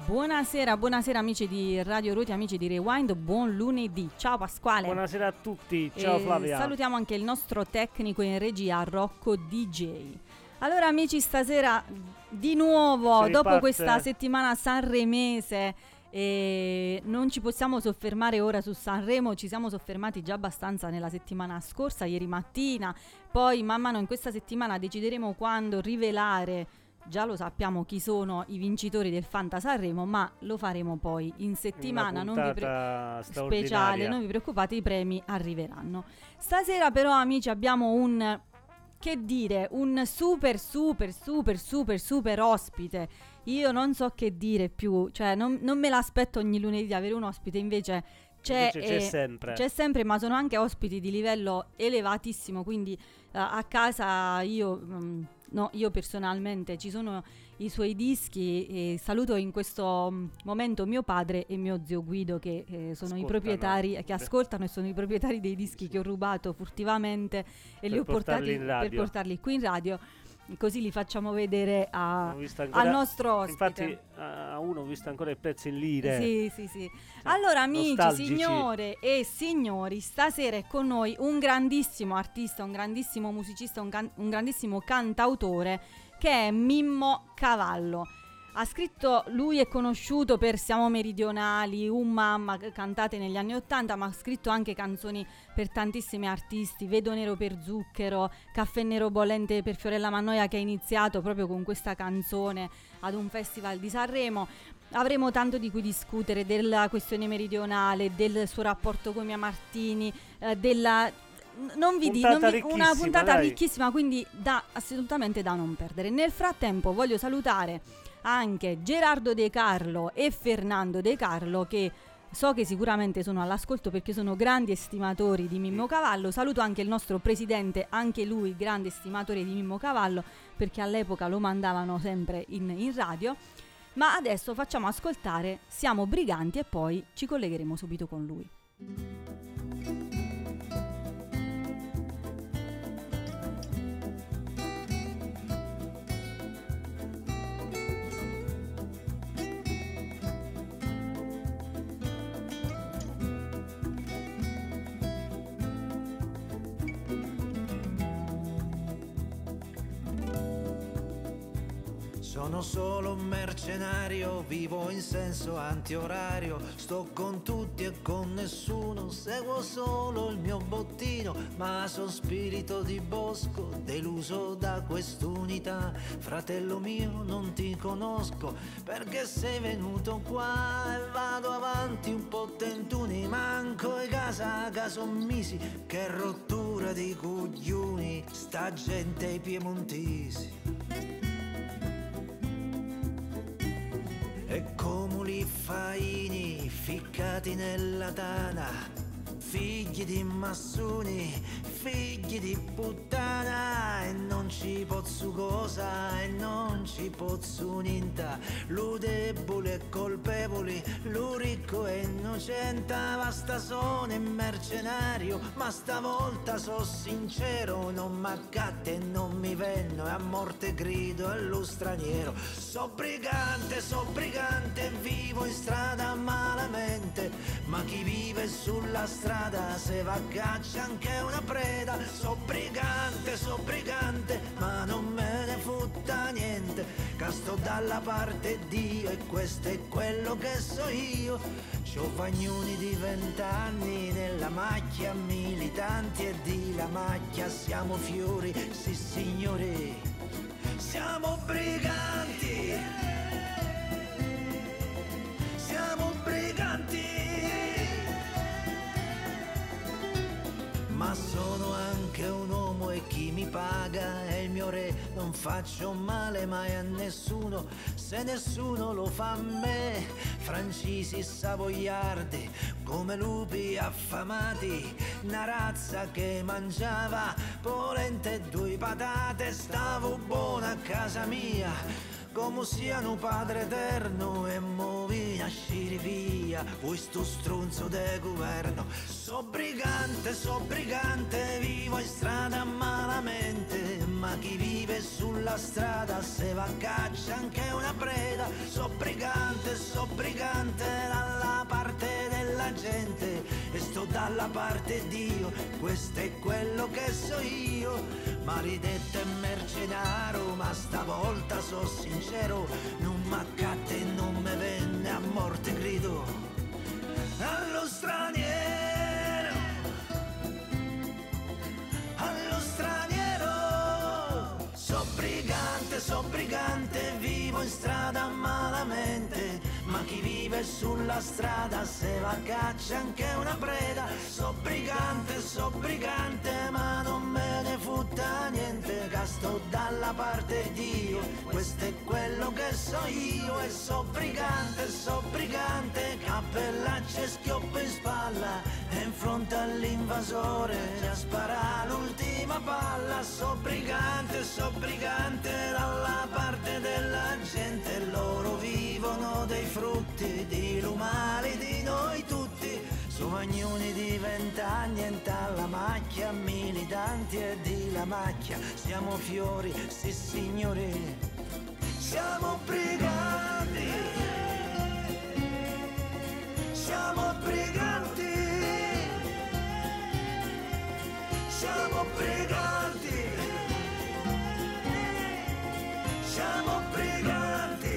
Buonasera, buonasera amici di Radio Ruti, amici di Rewind, buon lunedì. Ciao Pasquale. Buonasera a tutti, ciao Flavia. Salutiamo anche il nostro tecnico in regia, Rocco DJ. Allora amici, stasera di nuovo, dopo questa settimana sanremese, non ci possiamo soffermare ora su Sanremo, ci siamo soffermati già abbastanza nella settimana scorsa, ieri mattina, poi man mano in questa settimana decideremo quando rivelare. Già lo sappiamo chi sono i vincitori del Fanta Sanremo, ma lo faremo poi in settimana, speciale, non vi preoccupate, i premi arriveranno. Stasera però amici abbiamo un super ospite. Io non so che dire più, cioè non me l'aspetto ogni lunedì di avere un ospite, invece c'è sempre, ma sono anche ospiti di livello elevatissimo, quindi a casa io personalmente ci sono i suoi dischi e saluto in questo momento mio padre e mio zio Guido che sono i proprietari che ascoltano e sono i proprietari dei dischi che ho rubato furtivamente e li ho portati per portarli qui in radio. Così li facciamo vedere al nostro ospite. Infatti a uno ho visto ancora il prezzo in lire. Sì. Allora amici, signore e signori, stasera è con noi un grandissimo artista, un grandissimo musicista, un grandissimo cantautore che è Mimmo Cavallo. Ha scritto, lui è conosciuto per Siamo Meridionali, Mamma, cantate negli anni '80, ma ha scritto anche canzoni per tantissimi artisti, Vedo Nero per Zucchero, Caffè Nero Bollente per Fiorella Mannoia, che ha iniziato proprio con questa canzone ad un festival di Sanremo. Avremo tanto di cui discutere della questione meridionale, del suo rapporto con Mia Martini, una puntata ricchissima, quindi assolutamente da non perdere. Nel frattempo voglio salutare anche Gerardo De Carlo e Fernando De Carlo, che so che sicuramente sono all'ascolto perché sono grandi estimatori di Mimmo Cavallo. Saluto anche il nostro presidente, anche lui grande estimatore di Mimmo Cavallo, perché all'epoca lo mandavano sempre in radio. Ma adesso facciamo ascoltare Siamo Briganti e poi ci collegheremo subito con lui. Sono solo un mercenario, vivo in senso antiorario, sto con tutti e con nessuno, seguo solo il mio bottino, ma son spirito di bosco, deluso da quest'unità. Fratello mio, non ti conosco, perché sei venuto qua e vado avanti un po' tentuni, manco e casa sommisi, che rottura di coglioni, sta gente ai piemontesi. E comuli faini ficcati nella tana, figli di massoni, figli di puttana, e non ci pozzo cosa, e non ci pozzo ninta, lu debole e colpevoli, lu ricco e innocente, basta sono un mercenario, ma stavolta so sincero, non m'accatte e non mi venno, e a morte grido allo straniero. So brigante, vivo in strada malamente, ma chi vive sulla strada se va a caccia anche una preda. So brigante, ma non me ne futta niente, che sto dalla parte Dio e questo è quello che so io. C'ho fagnoni di 20 anni nella macchia, militanti e di la macchia siamo fiori, sì signori, siamo briganti, siamo briganti. Ma sono anche un uomo e chi mi paga è il mio re, non faccio male mai a nessuno, se nessuno lo fa a me. Francisi savoiardi come lupi affamati, una razza che mangiava polente e 2 patate, stavo buona a casa mia, come siano Padre Eterno, e mo vi nasciri via, voi sto stronzo de governo. So brigante, vivo in strada malamente, ma chi vive vive sulla strada, se va a caccia anche una preda. So brigante dalla parte della gente e sto dalla parte di Dio, questo è quello che so io. Maledetto e mercenario, ma stavolta so sincero, non m'accatta e non me venne a morte grido allo straniero, allo straniero. So brigante, vivo in strada malamente, ma chi vive sulla strada se va a caccia anche una preda. So brigante, ma non me ne futta niente, che sto dalla parte di Dio, questo è quello che so io. E so brigante, cappellaccio e schioppo in spalla, e in fronte all'invasore già spara l'ultima palla. So brigante dalla parte della gente, loro vivono dei frutti di lumali di noi tutti. Somagnoni di 20 anni e alla macchia, militanti e di la macchia, siamo fiori, sì signori, siamo briganti, siamo briganti, siamo briganti, siamo briganti.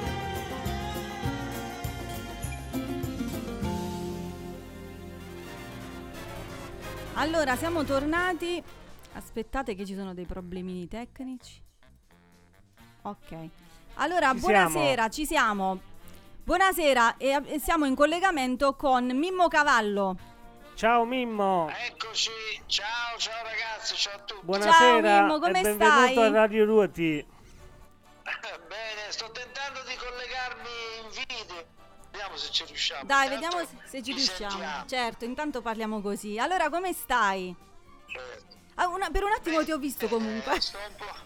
Allora, siamo tornati. Aspettate che ci sono dei problemini tecnici. Ok. Allora, buonasera, ci siamo. Buonasera, e siamo in collegamento con Mimmo Cavallo. Ciao Mimmo. Eccoci, ciao ragazzi, ciao a tutti. Buonasera. Ciao Mimmo, come e benvenuto stai? a Radio Ruoti. Bene, sto tentando di collegarmi in video. Vediamo se ci riusciamo. Dai, Intanto vediamo se ci riusciamo. sentiamo. Certo, intanto parliamo così. Allora, come stai? Certo. Per un attimo ti ho visto comunque. Sto un po'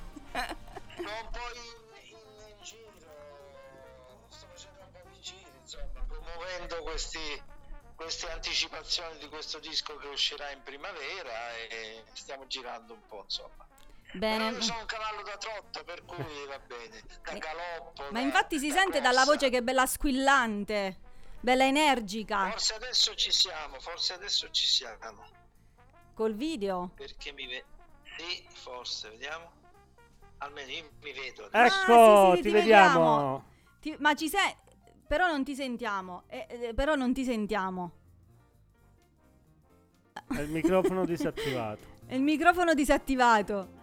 in giro, sto facendo un po' di giri, insomma, promuovendo queste anticipazioni di questo disco che uscirà in primavera, e stiamo girando un po', insomma. Bene. Però io sono un cavallo da trotto, per cui va bene, da galoppo. Ma infatti si sente dalla voce che è bella squillante, bella energica. Forse adesso ci siamo. Col video. Perché sì, forse, vediamo. Almeno io mi vedo. Ecco, sì, ti vediamo. Ma ci sei? Però non ti sentiamo. Però non ti sentiamo. È il microfono disattivato. È il microfono disattivato.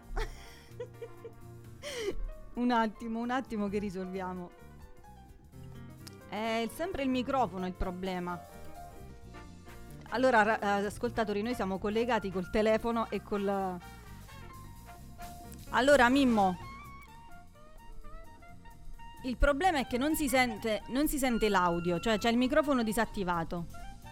Un attimo che risolviamo. È sempre il microfono il problema. Allora, ascoltatori, noi siamo collegati col telefono e col... Allora, Mimmo, il problema è che non si sente l'audio, cioè c'è il microfono disattivato.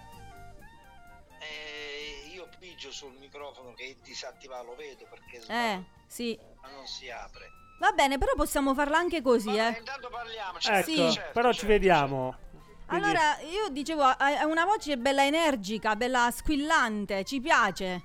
Io pigio sul microfono che è disattivato, lo vedo perché Sì. ma non si apre. Va bene, però possiamo farla anche così, Intanto parliamo. Ecco, Sì. però ci vediamo. Quindi, Allora, io dicevo, ha una voce bella energica, bella squillante, ci piace.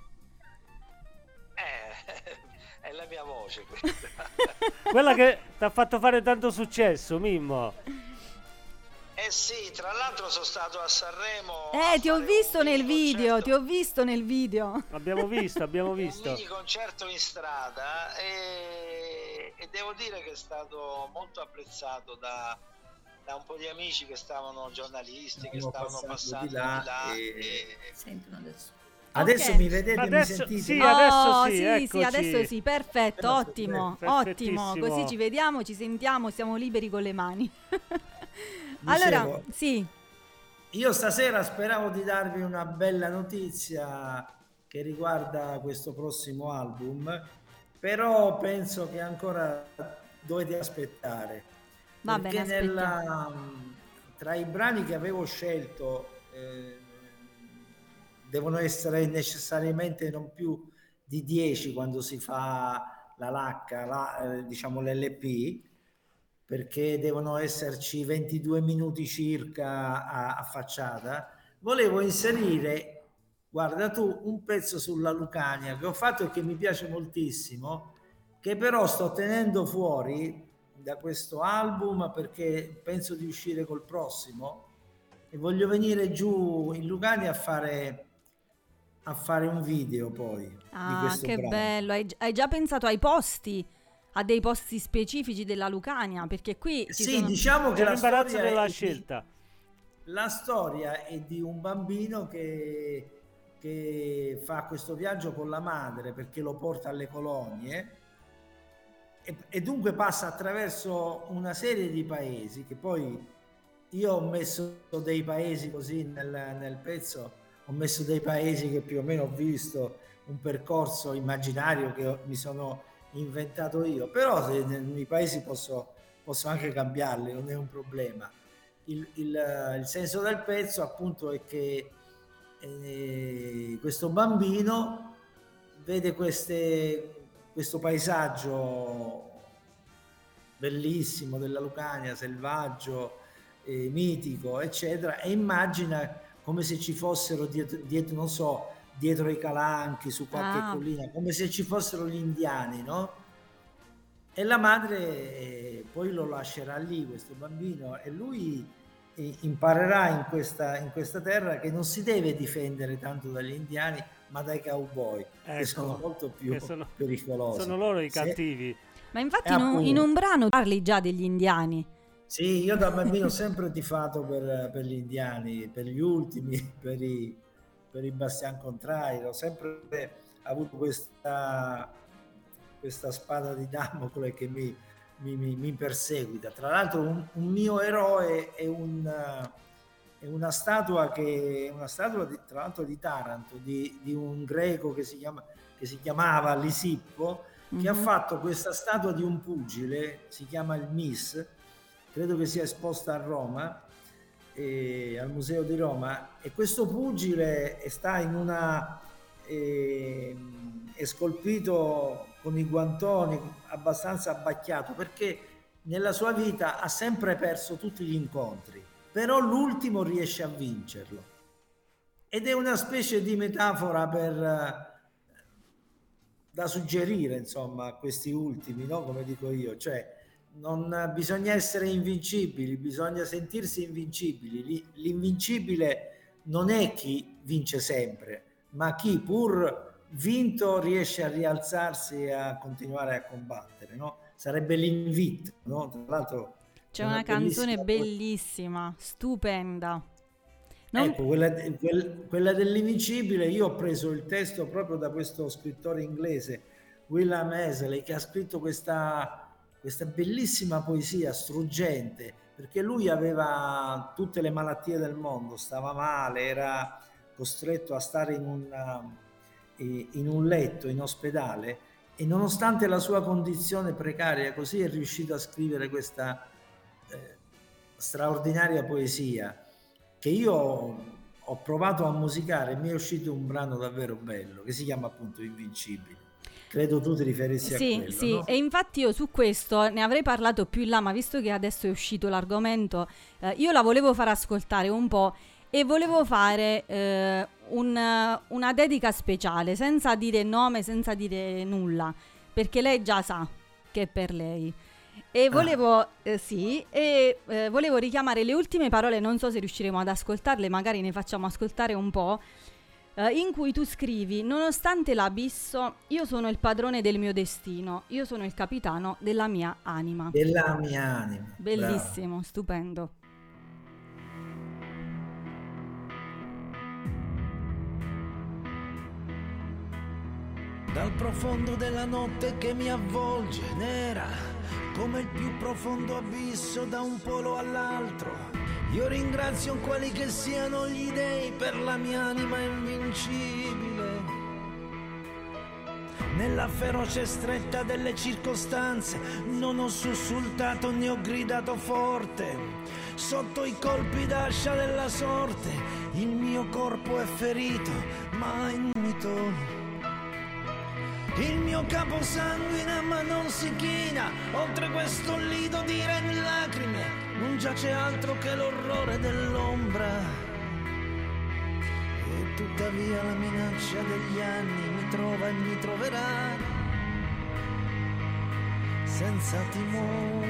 È la mia voce questa. quella che ti ha fatto fare tanto successo, Mimmo. Eh sì, tra l'altro sono stato a Sanremo. Ti ho visto nel video, Abbiamo visto. Un mini concerto in strada e devo dire che è stato molto apprezzato da un po' di amici che stavano, giornalisti che stavano passando di là e... Sentono adesso. Ok. Mi vedete, Adesso mi sentite? sì, adesso sì, sì, eccoci. adesso sì, perfetto, ottimo, Perfettissimo. ottimo, così ci vediamo, ci sentiamo, siamo liberi con le mani. Allora, Dicevo, sì, io stasera speravo di darvi una bella notizia che riguarda questo prossimo album, però penso che ancora dovete aspettare. va perché bene, aspettiamo. tra i brani che avevo scelto devono essere necessariamente non più di 10 quando si fa la lacca, diciamo l'LP, perché devono esserci 22 minuti circa a facciata. Volevo inserire, guarda tu, un pezzo sulla Lucania che ho fatto e che mi piace moltissimo, che però sto tenendo fuori da questo album perché penso di uscire col prossimo e voglio venire giù in Lucania a fare un video poi di questo che brano. bello, hai già pensato ai posti, a dei posti specifici della Lucania? Perché qui diciamo che l'imbarazzo della scelta. La storia è di un bambino che fa questo viaggio con la madre perché lo porta alle colonie e dunque passa attraverso una serie di paesi che poi io ho messo dei paesi così nel pezzo, ho messo dei paesi che più o meno ho visto, un percorso immaginario che mi sono inventato io, però i paesi posso anche cambiarli, non è un problema. Il senso del pezzo appunto è che questo bambino vede questo paesaggio bellissimo della Lucania, selvaggio, mitico, eccetera, e immagina come se ci fossero dietro, non so, dietro i calanchi, su qualche collina, come se ci fossero gli indiani, no? E la madre poi lo lascerà lì, questo bambino, e lui imparerà in questa terra che non si deve difendere tanto dagli indiani, ma dai cowboy, che sono molto più pericolosi. Sono loro i cattivi. Ma infatti in un brano parli già degli indiani. Sì, io da bambino ho sempre tifato per gli indiani, per gli ultimi, per i Bastian Contrario, ho sempre avuto questa spada di Damocle che mi perseguita. Tra l'altro un mio eroe è una statua tra l'altro di Taranto, di un greco che si chiamava Lisippo, che ha fatto questa statua di un pugile, si chiama il Miss, credo che sia esposta a Roma, al Museo di Roma, e questo pugile sta in una è scolpito con i guantoni, abbastanza abbacchiato, perché nella sua vita ha sempre perso tutti gli incontri, però l'ultimo riesce a vincerlo, ed è una specie di metafora da suggerire, insomma, a questi ultimi, no? Come dico io, cioè non bisogna essere invincibili, bisogna sentirsi invincibili. L'invincibile non è chi vince sempre, ma chi pur vinto riesce a rialzarsi e a continuare a combattere, no? Sarebbe l'invito, no? Tra l'altro c'è una canzone bellissima, stupenda. Ecco, quella dell'invincibile, io ho preso il testo proprio da questo scrittore inglese, William Haseley, che ha scritto questa bellissima poesia struggente, perché lui aveva tutte le malattie del mondo, stava male, era costretto a stare in un letto in ospedale, e nonostante la sua condizione precaria così è riuscito a scrivere questa straordinaria poesia che io ho provato a musicare. Mi è uscito un brano davvero bello che si chiama appunto Invincibile. Credo tu ti riferissi a quello. Sì, no? E infatti io su questo ne avrei parlato più in là, ma visto che adesso è uscito l'argomento, io la volevo far ascoltare un po' e volevo fare una dedica speciale, senza dire nome, senza dire nulla, perché lei già sa che è per lei. E volevo volevo richiamare le ultime parole, non so se riusciremo ad ascoltarle, magari ne facciamo ascoltare un po', in cui tu scrivi: nonostante l'abisso, io sono il padrone del mio destino, io sono il capitano della mia anima. Della mia anima. Bellissimo, bravo. Stupendo. Dal profondo della notte che mi avvolge, nera come il più profondo abisso da un polo all'altro, io ringrazio quali che siano gli dei per la mia anima invincibile. Nella feroce stretta delle circostanze non ho sussultato né ho gridato forte, sotto i colpi d'ascia della sorte il mio corpo è ferito ma immito. Il mio capo sanguina ma non si china, oltre questo lido di ren lacrime non giace altro che l'orrore dell'ombra. E tuttavia la minaccia degli anni mi trova e mi troverà. senza timore,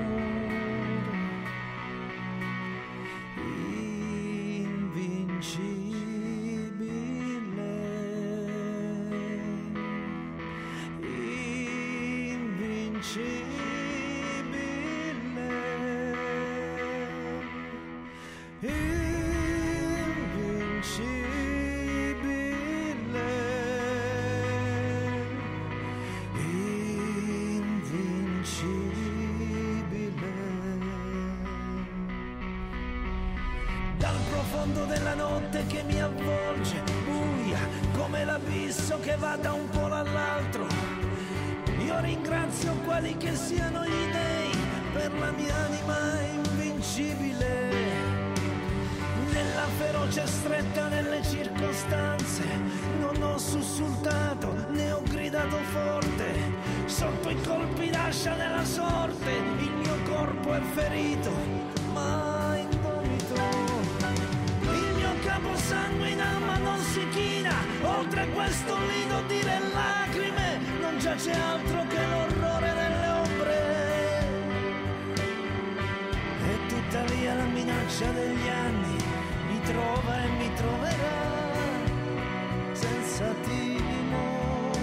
della notte che mi avvolge, buia come l'abisso che va da un polo all'altro. Io ringrazio quali che siano gli dei per la mia anima invincibile. Nella feroce stretta nelle circostanze non ho sussultato né ho gridato forte. Sotto i colpi d'ascia della sorte il mio corpo è ferito ma indomito. Capo sanguina ma non si china, oltre questo lido di lacrime non giace altro che l'orrore delle ombre. E tuttavia la minaccia degli anni mi trova e mi troverà senza timore.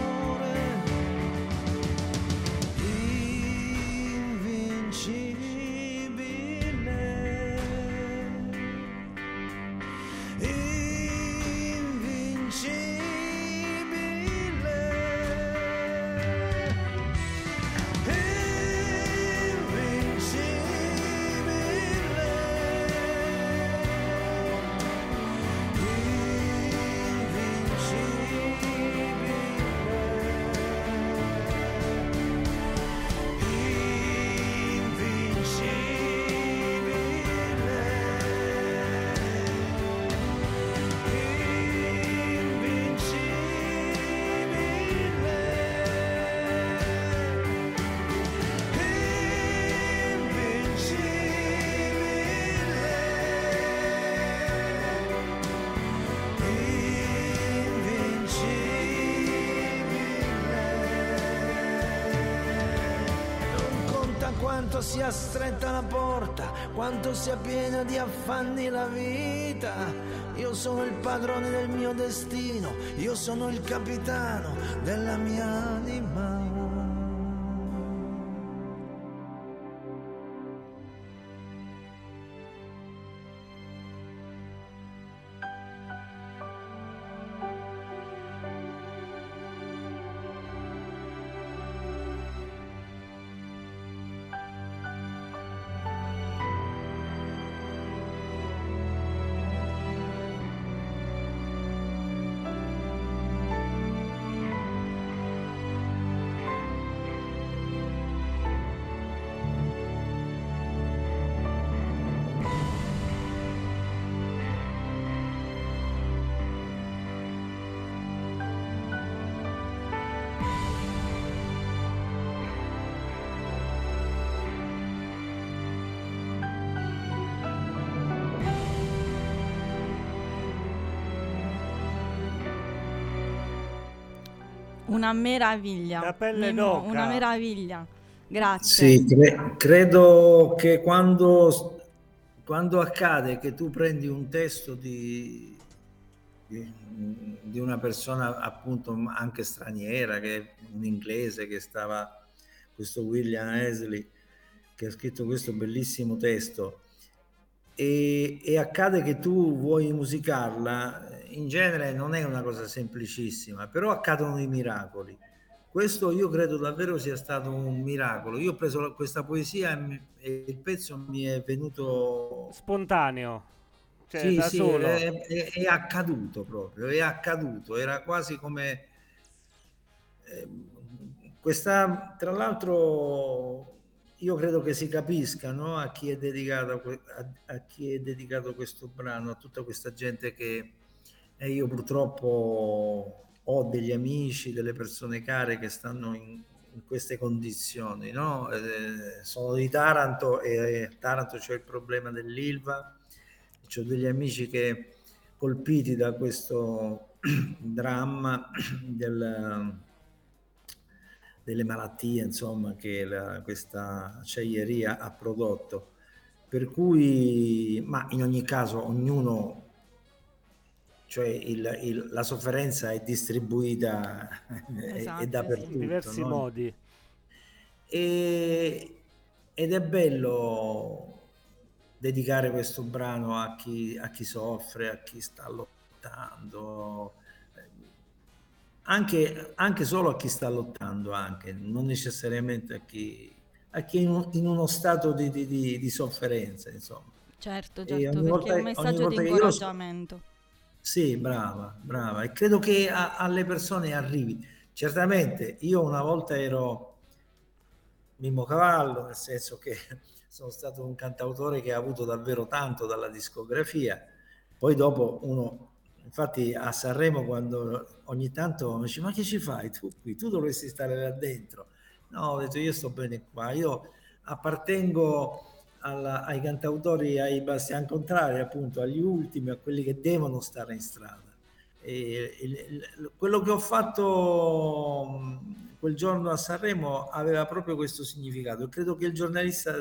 Quanto sia stretta la porta, quanto sia piena di affanni la vita. Io sono il padrone del mio destino, io sono il capitano della mia anima. Una meraviglia. La pelle Mimmo, d'oca. una meraviglia. Grazie. Sì, credo che quando accade che tu prendi un testo di una persona appunto anche straniera, che è un inglese che stava, questo William Haseley, che ha scritto questo bellissimo testo, e accade che tu vuoi musicarla, in genere non è una cosa semplicissima, però accadono i miracoli. Questo io credo davvero sia stato un miracolo. Io ho preso questa poesia e il pezzo mi è venuto spontaneo, cioè sì, da sì, solo. è accaduto proprio, è accaduto. Era quasi come questa, tra l'altro, io credo che si capisca, no? A chi è dedicato a chi è dedicato questo brano, a tutta questa gente che io purtroppo ho degli amici, delle persone care che stanno in queste condizioni, no? Sono di Taranto e a Taranto c'è il problema dell'Ilva, ho degli amici che colpiti da questo dramma delle malattie, insomma, che questa acciaieria ha prodotto. Per cui, ma in ogni caso, ognuno, cioè la sofferenza è distribuita è Esatto, sì. dappertutto, in diversi no? modi. Ed è bello dedicare questo brano a chi soffre, a chi sta lottando, anche solo a chi sta lottando, anche, non necessariamente a chi è in uno stato di sofferenza, insomma. Certo, E certo, perché è un ogni messaggio di volta che io lo. incoraggiamento. Sì, brava, brava. E credo che alle persone arrivi. Certamente, io una volta ero Mimmo Cavallo, nel senso che sono stato un cantautore che ha avuto davvero tanto dalla discografia. Poi dopo infatti a Sanremo, quando ogni tanto mi dice: ma che ci fai tu qui? Tu dovresti stare là dentro. No, ho detto: io sto bene qua, io appartengo ai cantautori, ai Bastian Contrari, appunto, agli ultimi, a quelli che devono stare in strada. Quello che ho fatto quel giorno a Sanremo aveva proprio questo significato. Credo che il giornalista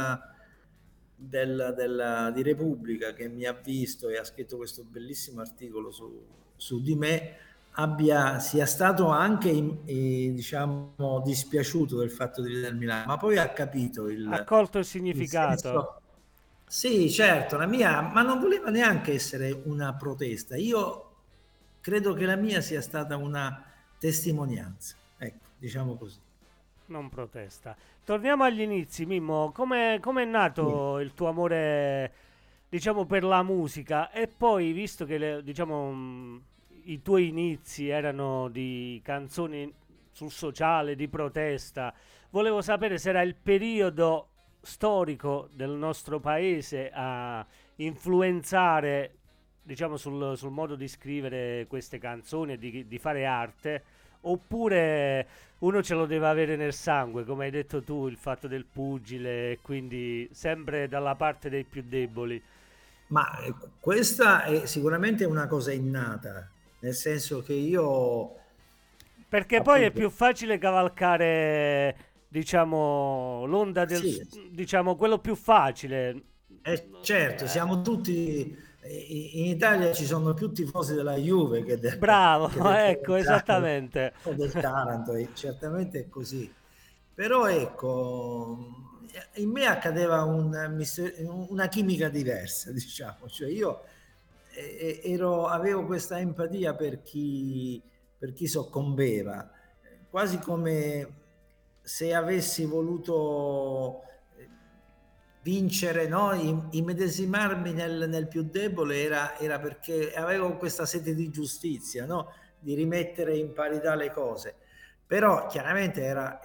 di Repubblica che mi ha visto e ha scritto questo bellissimo articolo su di me sia stato anche diciamo dispiaciuto del fatto di vedermi là, ma poi ha capito Ha colto il il significato. senso. Sì, certo, ma non voleva neanche essere una protesta. Io credo che la mia sia stata una testimonianza, ecco, diciamo così. Non protesta. Torniamo agli inizi, Mimmo. Come è Sì. nato il tuo amore, diciamo, per la musica? E poi, visto che, diciamo, i tuoi inizi erano di canzoni sul sociale, di protesta, volevo sapere se era il periodo storico del nostro paese a influenzare, diciamo, sul modo di scrivere queste canzoni e di fare arte, oppure uno ce lo deve avere nel sangue, come hai detto tu, il fatto del pugile, e quindi sempre dalla parte dei più deboli. Ma questa è sicuramente una cosa innata, nel senso che io, Perché poi è appunto, più facile cavalcare, diciamo, l'onda sì, diciamo, quello più facile. certo, siamo tutti, in Italia ci sono più tifosi della Juve che, Bravo, che del ecco, Salernitano esattamente. o del Taranto, e certamente è così. Però ecco, in me accadeva una chimica diversa, diciamo, cioè io avevo questa empatia per chi soccombeva, quasi come se avessi voluto vincere, no? Immedesimarmi nel più debole era perché avevo questa sete di giustizia, no? Di rimettere in parità le cose. Però chiaramente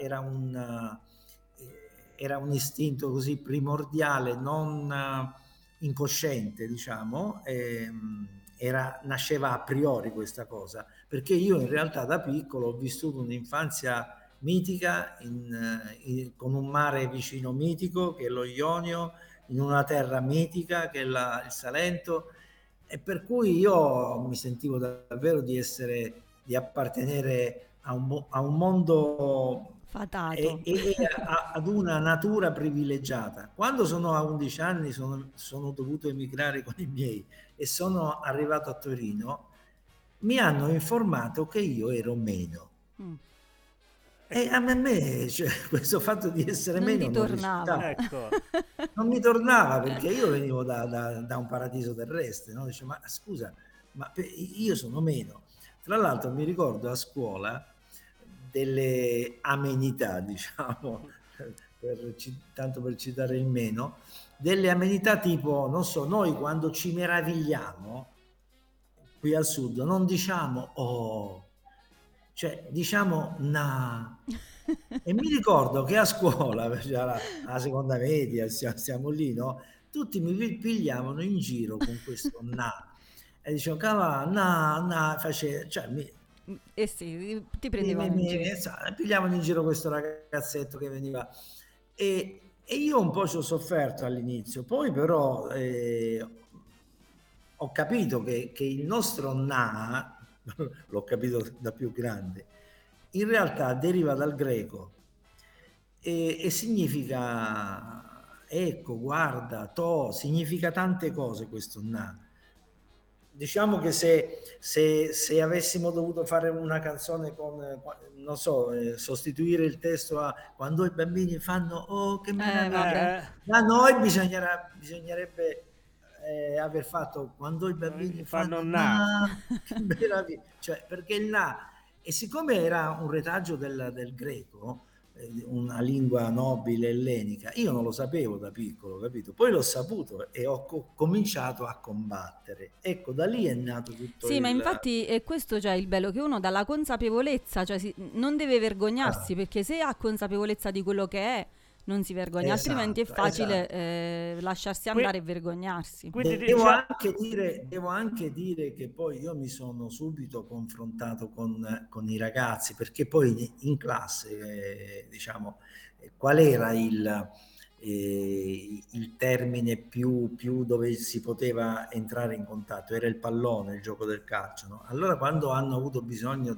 era un istinto così primordiale, non incosciente, diciamo, nasceva a priori questa cosa, perché io in realtà da piccolo ho vissuto un'infanzia mitica, con un mare vicino mitico che è lo Ionio, in una terra mitica che è il Salento, e per cui io mi sentivo davvero di appartenere a un mondo Fatato. e ad una natura privilegiata. Quando sono a 11 anni sono dovuto emigrare con i miei e sono arrivato a Torino, mi hanno informato che io ero meno. Mm. E a me cioè, questo fatto di essere Non ti meno non tornava. risultava. Ecco. Non mi tornava perché io venivo da un paradiso terrestre, no? Dice, ma scusa, ma io sono meno. Tra l'altro mi ricordo a scuola delle amenità, diciamo, tanto per citare il meno, delle amenità tipo, non so, noi quando ci meravigliamo qui al sud non diciamo oh, cioè diciamo na. E mi ricordo che a scuola, cioè alla seconda media, siamo lì, no? Tutti mi pigliavano in giro con questo na. E dicevo, cavà, na, cioè Eh sì, ti mi, mi, prendevano in mi, giro. pigliavano in giro questo ragazzetto che veniva. E io un po' ci ho sofferto all'inizio, poi però ho capito che il nostro na, l'ho capito da più grande, in realtà deriva dal greco e significa ecco, guarda, significa tante cose questo na. Diciamo che se avessimo dovuto fare una canzone con, non so, sostituire il testo a quando i bambini fanno oh che meraviglia, da noi bisognerebbe aver fatto quando i bambini fanno na, che meraviglia, cioè perché il na, e siccome era un retaggio del greco, una lingua nobile ellenica, io non lo sapevo da piccolo, capito? Poi l'ho saputo e ho cominciato a combattere. Ecco, da lì è nato tutto Sì, ma infatti è questo, cioè il bello, che uno dalla consapevolezza, cioè non deve vergognarsi, perché se ha consapevolezza di quello che è, non si vergogna, altrimenti è facile lasciarsi andare e vergognarsi. Quindi devo anche dire che poi io mi sono subito confrontato con i ragazzi, perché poi in classe, diciamo, qual era il termine più dove si poteva entrare in contatto? Era il pallone, il gioco del calcio, no? Allora quando hanno avuto bisogno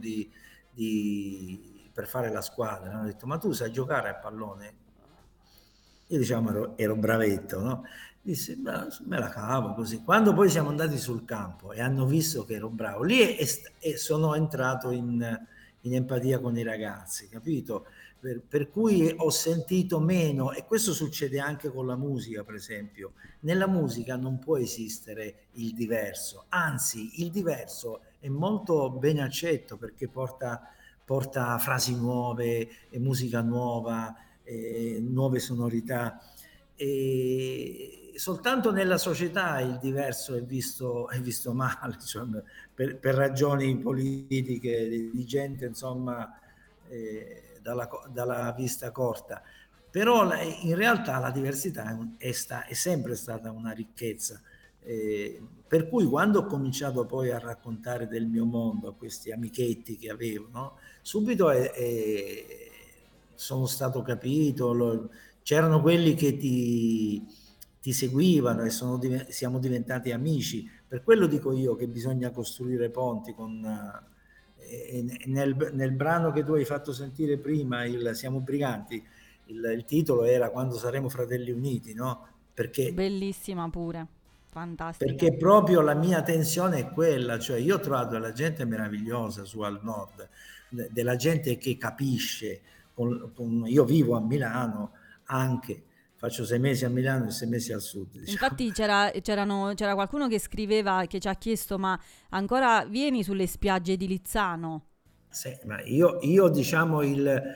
per fare la squadra, hanno detto ma tu sai giocare a pallone? Io diciamo ero bravetto, no? Disse, me la cavo così. Quando poi siamo andati sul campo e hanno visto che ero bravo, lì e sono entrato in empatia con i ragazzi, capito? Per cui ho sentito meno, e questo succede anche con la musica, per esempio. Nella musica non può esistere il diverso, anzi il diverso è molto ben accetto perché porta frasi nuove, musica nuova, nuove sonorità, e soltanto nella società il diverso è visto male, cioè, per ragioni politiche di gente, insomma, dalla vista corta. Però in realtà la diversità è sempre stata una ricchezza, per cui quando ho cominciato poi a raccontare del mio mondo a questi amichetti che avevo, no? Subito sono stato capito, c'erano quelli che ti seguivano e siamo diventati amici. Per quello dico io che bisogna costruire ponti nel brano che tu hai fatto sentire prima, Siamo briganti, il titolo era Quando saremo fratelli uniti, no? Perché bellissima pure, fantastica. Perché proprio la mia tensione è quella, cioè io ho trovato della gente meravigliosa su al nord, della gente che capisce, io vivo a Milano anche, faccio 6 mesi a Milano e 6 mesi al sud. Diciamo. Infatti c'era qualcuno che scriveva, che ci ha chiesto, ma ancora vieni sulle spiagge di Lizzano? Sì, ma io diciamo il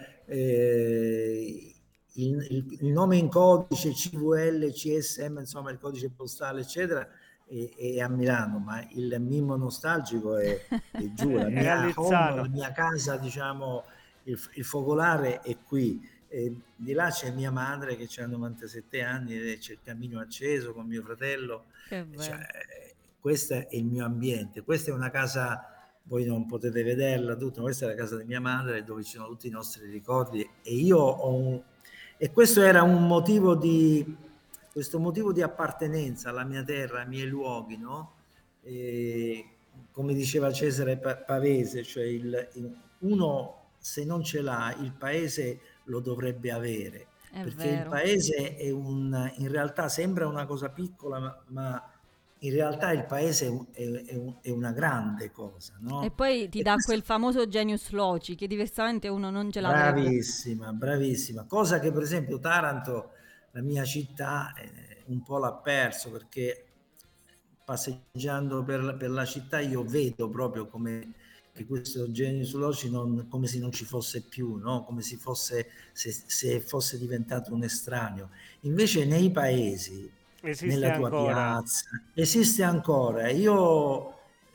nome in codice CVL, CSM, insomma il codice postale eccetera è a Milano, ma il mimo nostalgico è giù, la mia home, la mia casa, diciamo il focolare è qui, e di là c'è mia madre che ha 97 anni e c'è il camino acceso con mio fratello, cioè, questo è il mio ambiente, questa è una casa, voi non potete vederla tutta, questa è la casa di mia madre dove ci sono tutti i nostri ricordi, e io e questo era un motivo questo motivo di appartenenza alla mia terra, ai miei luoghi, no? E, come diceva Cesare Pavese, cioè uno se non ce l'ha, il paese lo dovrebbe avere, perché il paese in realtà sembra una cosa piccola, ma in realtà il paese è una grande cosa, no? E poi ti dà quel famoso genius loci che diversamente uno non ce l'avrebbe. Bravissima, cosa che per esempio Taranto, la mia città, un po' l'ha perso, perché passeggiando per la città io vedo proprio come che questo genius loci come se non ci fosse più, no? Come se fosse diventato un estraneo. Invece nei paesi, nella tua piazza, esiste ancora. Io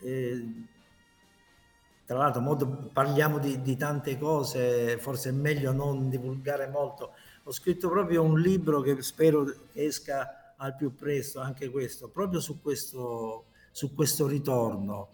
tra l'altro parliamo di tante cose, forse è meglio non divulgare molto. Ho scritto proprio un libro che spero esca al più presto, anche questo, proprio su questo ritorno,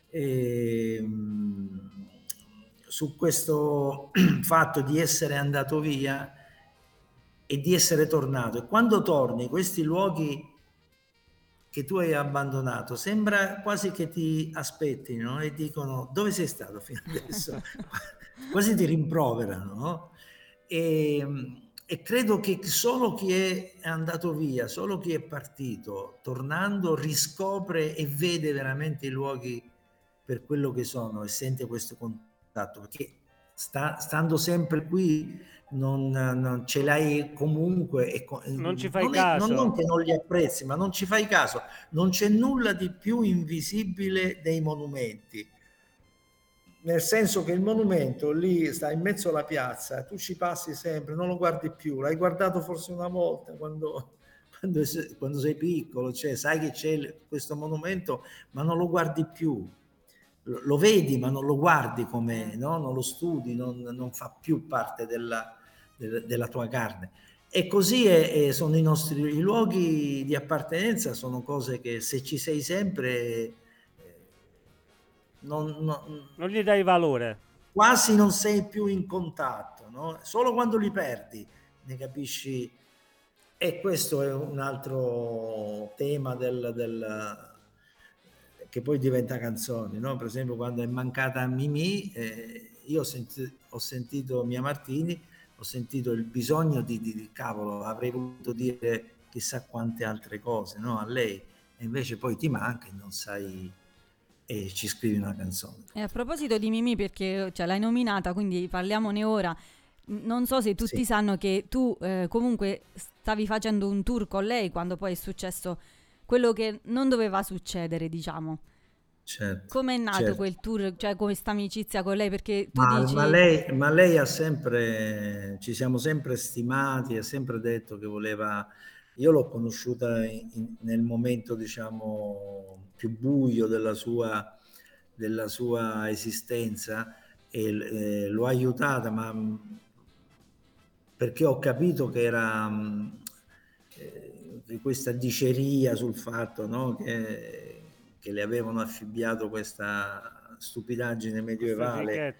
su questo fatto di essere andato via e di essere tornato. E quando torni, questi luoghi che tu hai abbandonato, sembra quasi che ti aspettino e dicono dove sei stato fino adesso, quasi ti rimproverano, no? E credo che solo chi è andato via, solo chi è partito, tornando riscopre e vede veramente i luoghi per quello che sono e sente questo contatto, perché stando sempre qui non ce l'hai comunque e non ci fai caso. non che non li apprezzi, ma non ci fai caso. Non c'è nulla di più invisibile dei monumenti, nel senso che il monumento lì sta in mezzo alla piazza, tu ci passi sempre, non lo guardi più, l'hai guardato forse una volta quando sei piccolo, cioè sai che c'è questo monumento ma non lo guardi più, lo vedi ma non lo guardi come, no? Non lo studi, non fa più parte della tua carne. E così sono i luoghi di appartenenza, sono cose che se ci sei sempre non gli dai valore. Quasi non sei più in contatto, no? Solo quando li perdi ne capisci. E questo è un altro tema che poi diventa canzoni, no? Per esempio quando è mancata Mimì, io ho sentito Mia Martini, ho sentito il bisogno di cavolo, avrei voluto dire chissà quante altre cose, no? A lei, e invece poi ti manca e non sai, e ci scrivi una canzone. E a proposito di Mimì, perché l'hai nominata, quindi parliamone ora. Non so se tutti sanno che tu comunque stavi facendo un tour con lei quando poi è successo quello che non doveva succedere, diciamo. Certo, come è nato quel tour, cioè questa amicizia con lei? Perché tu dici... ma lei ha sempre, ci siamo sempre stimati, ha sempre detto che voleva... Io l'ho conosciuta nel momento, diciamo, più buio della sua esistenza e l'ho aiutata, ma perché ho capito che era questa diceria sul fatto, no? che le avevano affibbiato questa stupidaggine medievale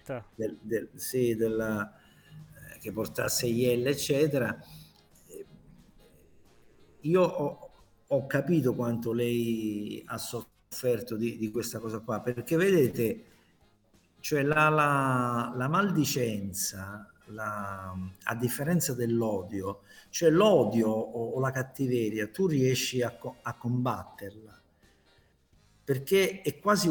che portasse ielle, eccetera. Io ho capito quanto lei ha sofferto di questa cosa qua, perché vedete, cioè la maldicenza, a differenza dell'odio, cioè l'odio o la cattiveria, tu riesci a combatterla, perché è quasi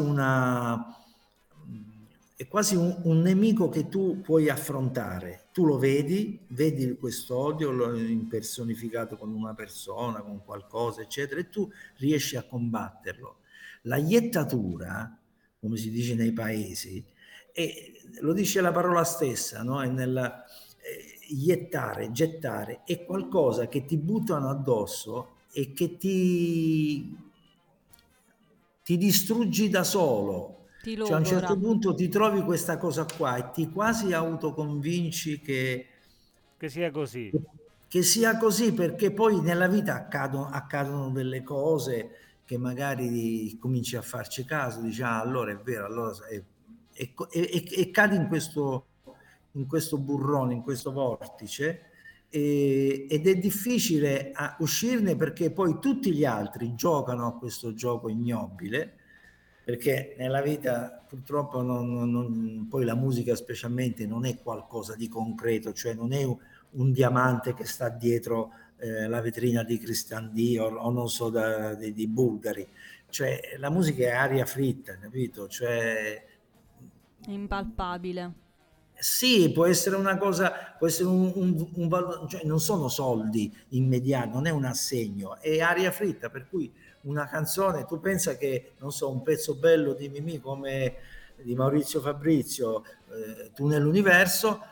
un nemico che tu puoi affrontare. Tu lo vedi questo odio, lo impersonificato con una persona, con qualcosa, eccetera, e tu riesci a combatterlo. La iettatura, come si dice nei paesi, e lo dice la parola stessa, no? È nella iettare, gettare, è qualcosa che ti buttano addosso e che ti distruggi da solo. Cioè a un certo punto ti trovi questa cosa qua e ti quasi autoconvinci che sia così. Che sia così, perché poi nella vita accadono delle cose che magari cominci a farci caso, dici allora è vero, allora e cadi in questo burrone, in questo vortice, ed è difficile uscirne, perché poi tutti gli altri giocano a questo gioco ignobile, perché nella vita purtroppo poi la musica specialmente non è qualcosa di concreto, cioè non è un diamante che sta dietro la vetrina di Christian Dior o non so di Bulgari, cioè la musica è aria fritta, capito? Cioè impalpabile. Sì, può essere una cosa, può essere un valore, cioè non sono soldi immediati, non è un assegno, è aria fritta, per cui una canzone, tu pensa che, non so, un pezzo bello di Mimì come di Maurizio Fabrizio, Tu nell'universo,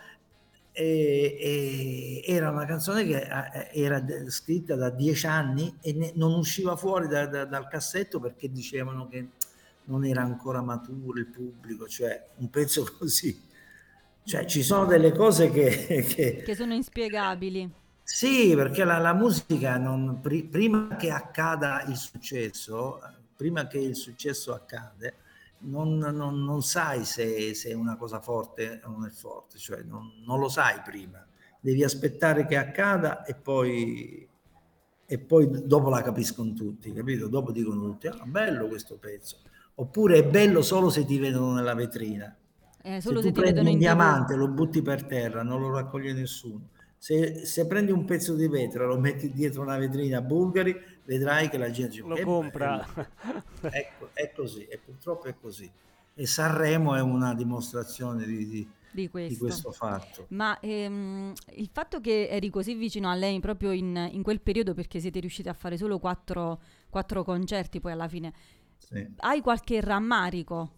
era una canzone che era scritta da 10 anni e non usciva fuori dal cassetto perché dicevano che non era ancora maturo il pubblico, cioè un pezzo così. Cioè ci sono delle cose che sono inspiegabili. Sì, perché la musica prima che accada il successo, prima che il successo accade, non sai se è una cosa forte o non è forte, cioè non lo sai prima, devi aspettare che accada e poi e poi dopo la capiscono tutti, capito? Dopo dicono tutti, bello questo pezzo. Oppure è bello solo se ti vedono nella vetrina. Se tu prendi un diamante, lo butti per terra, non lo raccoglie nessuno. Se prendi un pezzo di vetro e lo metti dietro una vetrina a Bulgari, vedrai che la gente lo compra. Ecco, è così, e purtroppo è così. E Sanremo è una dimostrazione di questo fatto. Ma il fatto che eri così vicino a lei proprio in quel periodo, perché siete riusciti a fare solo 4 concerti poi alla fine, sì. Hai qualche rammarico?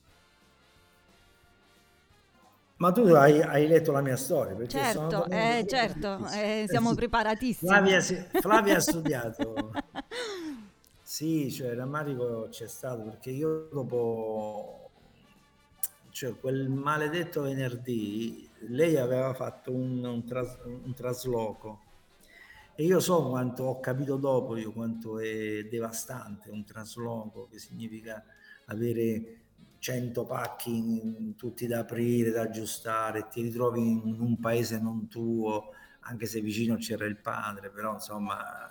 Ma tu hai letto la mia storia, perché certo, siamo preparatissimi. Flavia ha studiato. Sì, cioè il rammarico c'è stato, perché io dopo, cioè quel maledetto venerdì, lei aveva fatto un trasloco, e io so quanto ho capito dopo, quanto è devastante un trasloco, che significa avere 100 pacchi tutti da aprire, da aggiustare, ti ritrovi in un paese non tuo, anche se vicino c'era il padre, però insomma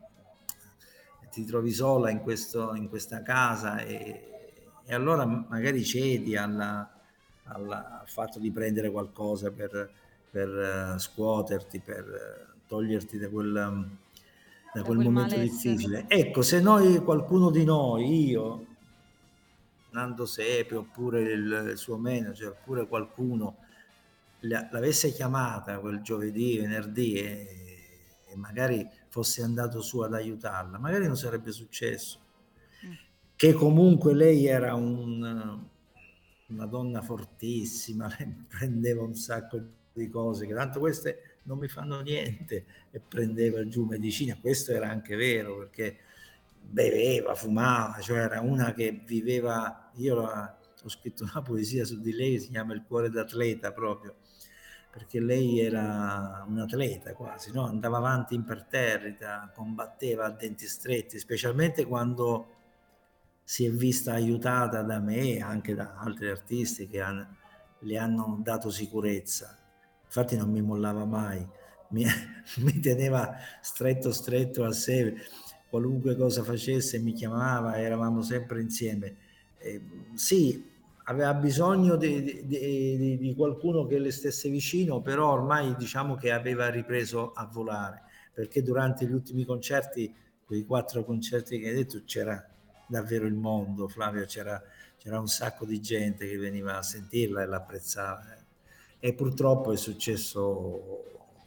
ti trovi sola in questa casa, e allora magari cedi al fatto di prendere qualcosa per scuoterti, per toglierti da quel momento difficile. Ecco, se qualcuno di noi, io, Nando Sepe, oppure il suo manager, oppure qualcuno l'avesse chiamata quel giovedì, venerdì, e magari fosse andato su ad aiutarla, magari non sarebbe successo. Che comunque lei era una donna fortissima, lei prendeva un sacco di cose, che tanto queste non mi fanno niente, e prendeva giù medicina. Questo era anche vero, perché beveva, fumava, cioè era una che viveva. Io ho scritto una poesia su di lei, si chiama Il cuore d'atleta, proprio perché lei era un atleta quasi, no? Andava avanti imperterrita, combatteva a denti stretti, specialmente quando si è vista aiutata da me e anche da altri artisti che le hanno dato sicurezza. Infatti non mi mollava mai, mi teneva stretto a sé, qualunque cosa facesse mi chiamava, eravamo sempre insieme. Sì, aveva bisogno di qualcuno che le stesse vicino, però ormai diciamo che aveva ripreso a volare, perché durante gli ultimi concerti, quei 4 concerti che hai detto, c'era davvero il mondo, Flavio, c'era un sacco di gente che veniva a sentirla e l'apprezzava, e purtroppo è successo.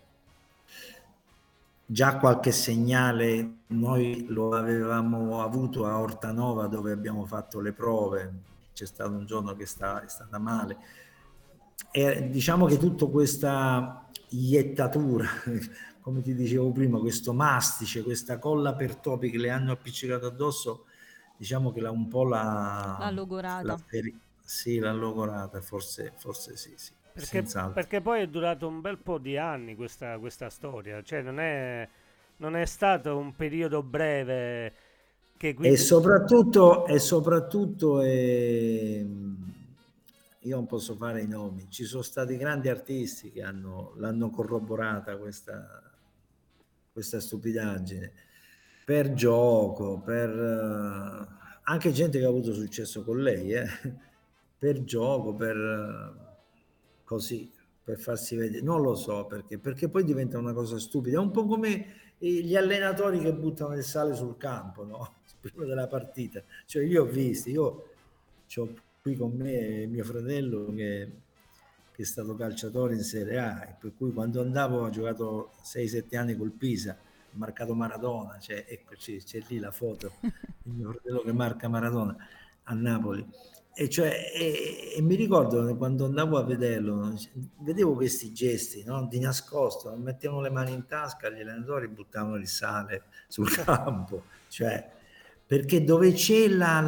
Già qualche segnale noi lo avevamo avuto a Ortanova, dove abbiamo fatto le prove. C'è stato un giorno che è stata male, e diciamo che tutta questa iettatura, come ti dicevo prima, questo mastice, questa colla per topi che le hanno appiccicato addosso, diciamo che un po' l'ha logorata. Sì, l'ha logorata, forse sì. Perché poi è durato un bel po' di anni questa storia, cioè non è stato un periodo breve. Che quindi... E soprattutto io non posso fare i nomi, ci sono stati grandi artisti che l'hanno corroborata questa stupidaggine, per gioco, per anche gente che ha avuto successo con lei, per gioco, così, per farsi vedere, non lo so perché poi diventa una cosa stupida, è un po' come gli allenatori che buttano il sale sul campo, no? Prima della partita, cioè io ho qui con me mio fratello che è stato calciatore in Serie A, e per cui quando andavo, ho giocato 6-7 anni col Pisa, ho marcato Maradona, cioè eccoci, c'è lì la foto, il mio fratello che marca Maradona a Napoli. E mi ricordo quando andavo a vederlo, vedevo questi gesti, no? Di nascosto, mettevano le mani in tasca, gli allenatori buttavano il sale sul campo, cioè, perché dove c'è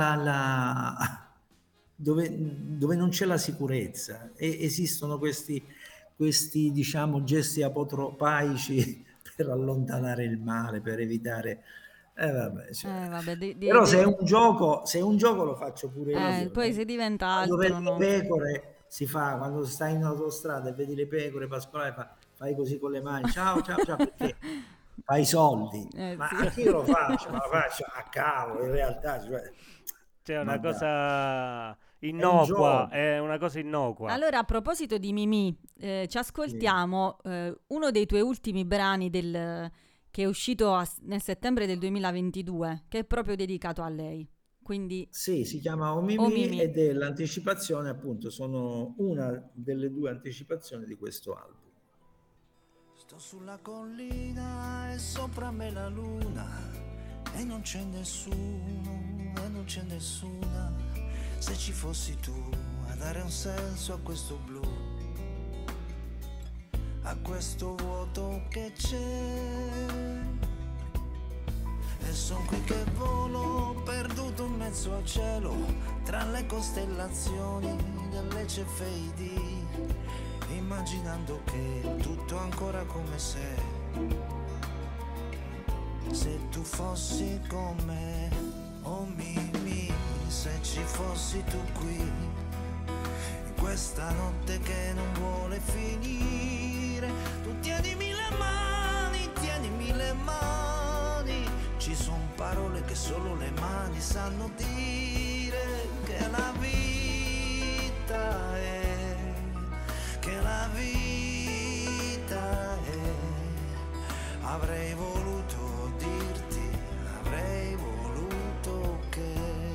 dove non c'è la sicurezza, esistono questi diciamo gesti apotropaici per allontanare il male, per evitare. Però se è un gioco lo faccio pure io. Poi si diventa altro, quando vedi le pecore, si fa, quando stai in autostrada e vedi le pecore pascolare, fai così con le mani, ciao, perché fai i soldi, ma sì. anche io lo faccio, ma lo faccio a cavolo, in realtà, cioè, C'è una ma dai, cosa è un innocua, gioco. è una cosa innocua. Allora, a proposito di Mimì, ci Sì. ascoltiamo uno dei tuoi ultimi brani che è uscito nel settembre del 2022, che è proprio dedicato a lei. Quindi, Sì, si chiama O Omimi Mimì. ed è l'anticipazione, appunto, sono una delle due anticipazioni di questo album. Sto sulla collina e sopra me la luna e non c'è nessuno e non c'è nessuna. Se ci fossi tu a dare un senso a questo blu, a questo vuoto che c'è. E son qui che volo perduto in mezzo al cielo, tra le costellazioni delle cefeidi, immaginando che tutto è ancora come se tu fossi con me. Oh Mimì, se ci fossi tu qui, in questa notte che non vuole finire, tu tienimi le mani, ci son parole che solo le mani sanno dire, che la vita è, che la vita è. Avrei voluto dirti, avrei voluto che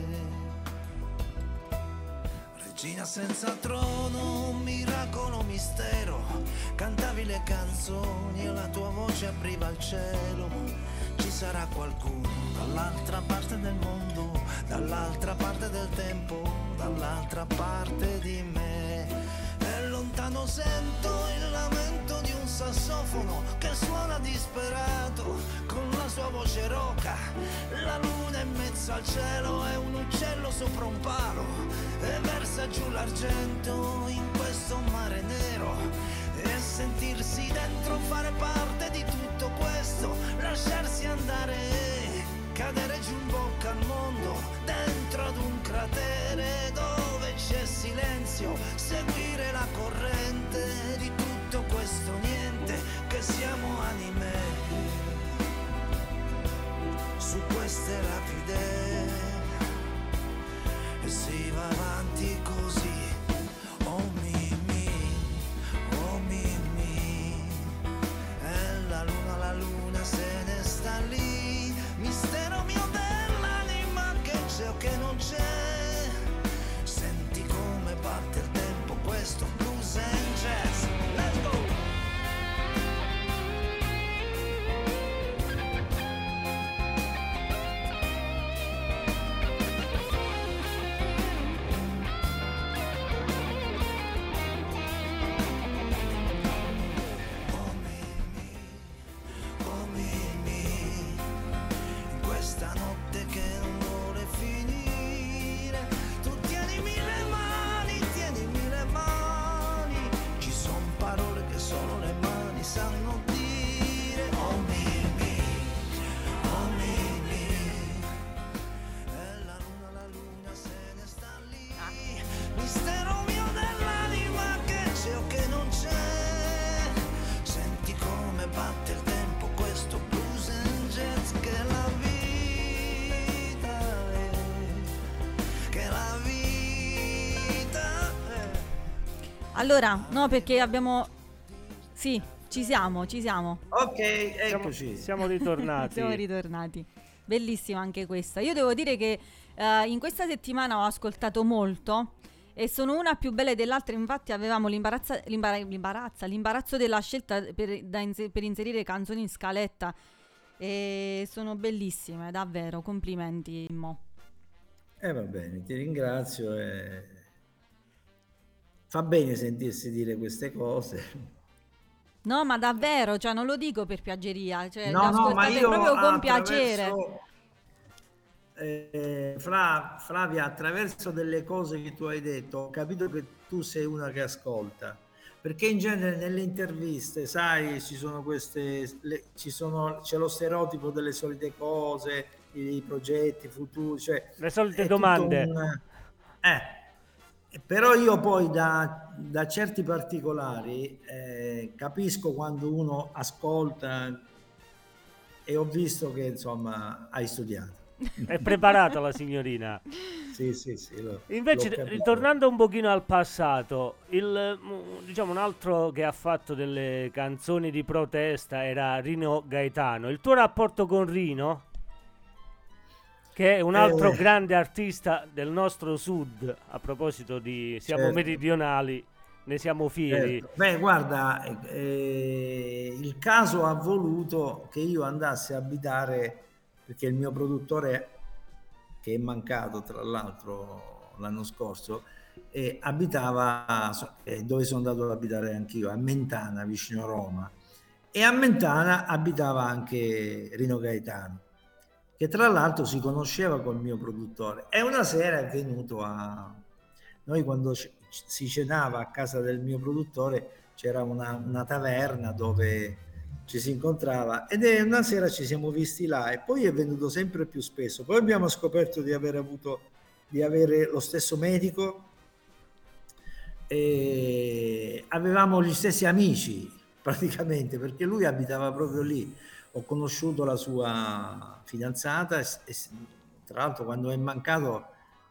regina senza trono, un miracolo mistero, cantavi le canzoni e la tua voce apriva il cielo. Ci sarà qualcuno dall'altra parte del mondo, dall'altra parte del tempo, dall'altra parte di me. E lontano sento il lamento di un sassofono che suona disperato con la sua voce roca. La luna in mezzo al cielo è un uccello sopra un palo e versa giù l'argento in questo mare nero. E sentirsi dentro, fare parte di tutto questo, lasciarsi andare, cadere giù in bocca al mondo, dentro ad un cratere dove c'è silenzio, seguire la corrente di tutto questo niente, che siamo anime su queste rapide, e si va avanti così. Oh Mimì, oh Mimì, e la luna se ne sta lì, mistero mio dell'anima che c'è o che non c'è. Senti come parte il tempo, questo blues and jazz. Let's go! Oh Mimì, in questa notte che non vuole finire, tu tienimi le mani, ci son parole che solo le mani sanno dire. Oh Mimì, e la luna se ne sta lì, mistero mio dell'anima che c'è o che non c'è. Senti come batte il tempo, questo blues and jazz, che la vita è, che la vita è. Allora, no, perché abbiamo... Sì, ci siamo. Ok, eccoci. Siamo ritornati. Siamo ritornati. Bellissima anche questa. Io devo dire che in questa settimana ho ascoltato molto e sono una più belle dell'altra. Infatti avevamo l'imbarazzo della scelta per inserire canzoni in scaletta e sono bellissime, davvero, complimenti Mo. Va bene, ti ringrazio. Fa bene sentirsi dire queste cose. No, ma davvero, cioè non lo dico per piaggeria, cioè No, le no, ma ascoltate io proprio con piacere. Flavia, attraverso delle cose che tu hai detto, ho capito che tu sei una che ascolta, perché in genere nelle interviste, sai, ci sono c'è lo stereotipo delle solite cose, i progetti futuri, cioè Le solite è tutto domande. però io poi da certi particolari capisco quando uno ascolta e ho visto che insomma hai studiato. È preparata la signorina. Sì. Invece, ritornando un pochino al passato, diciamo un altro che ha fatto delle canzoni di protesta era Rino Gaetano. Il tuo rapporto con Rino, che è un altro grande artista del nostro sud, a proposito di siamo meridionali, ne siamo fieri. Certo. Beh, guarda, il caso ha voluto che io andassi a abitare, perché il mio produttore, che è mancato tra l'altro l'anno scorso, abitava dove sono andato ad abitare anch'io, a Mentana, vicino Roma, e a Mentana abitava anche Rino Gaetano, che tra l'altro si conosceva col mio produttore, e una sera è venuto noi quando si cenava a casa del mio produttore c'era una taverna dove ci si incontrava, ed una sera ci siamo visti là, e poi è venuto sempre più spesso. Poi abbiamo scoperto di avere lo stesso medico, e avevamo gli stessi amici praticamente, perché lui abitava proprio lì. Ho conosciuto la sua fidanzata e tra l'altro quando è mancato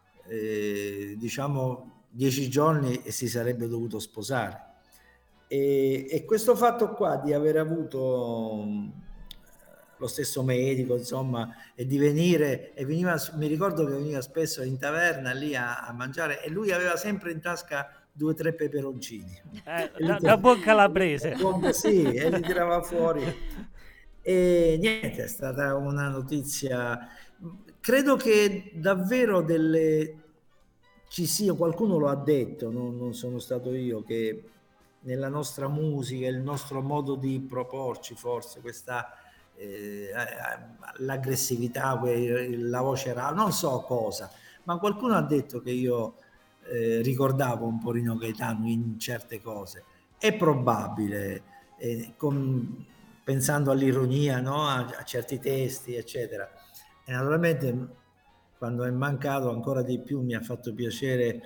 diciamo 10 giorni e si sarebbe dovuto sposare. E questo fatto qua di aver avuto lo stesso medico, insomma, e di venire, mi ricordo che veniva spesso in taverna lì a mangiare, e lui aveva sempre in tasca 2 o 3 peperoncini. Da buon calabrese. Sì, e li tirava fuori. E niente, è stata una notizia. Credo che davvero ci sia, qualcuno lo ha detto, non sono stato io, che nella nostra musica, il nostro modo di proporci, forse questa l'aggressività, la voce rauca, non so cosa, ma qualcuno ha detto che io ricordavo un po' Rino Gaetano in certe cose. È probabile, pensando all'ironia, no? a certi testi, eccetera. E naturalmente quando è mancato ancora di più mi ha fatto piacere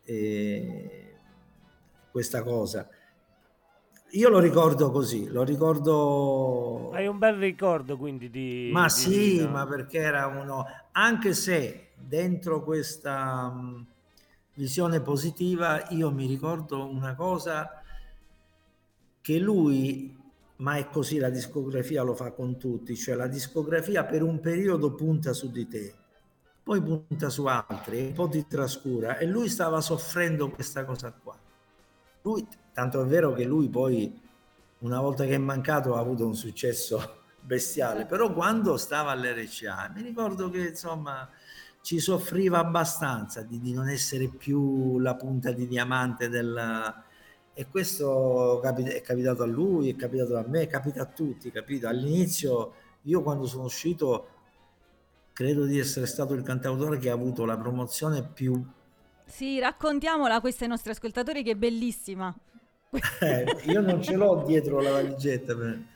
questa cosa. Io lo ricordo così, lo ricordo. Hai un bel ricordo quindi di. Ma di sì, Rino. ma perché era uno, anche se dentro questa visione positiva, io mi ricordo una cosa, che lui, ma è così, la discografia lo fa con tutti, cioè la discografia per un periodo punta su di te, poi punta su altri, un po' ti trascura, e lui stava soffrendo questa cosa qua. Lui, tanto è vero che lui poi, una volta che è mancato, ha avuto un successo bestiale, però quando stava all'RCA mi ricordo che insomma ci soffriva abbastanza di non essere più la punta di diamante e questo è capitato a lui, è capitato a me, capita a tutti, capito? All'inizio io quando sono uscito credo di essere stato il cantautore che ha avuto la promozione più. Sì, raccontiamola questa ai nostri ascoltatori, che è bellissima. Io non ce l'ho dietro la valigetta,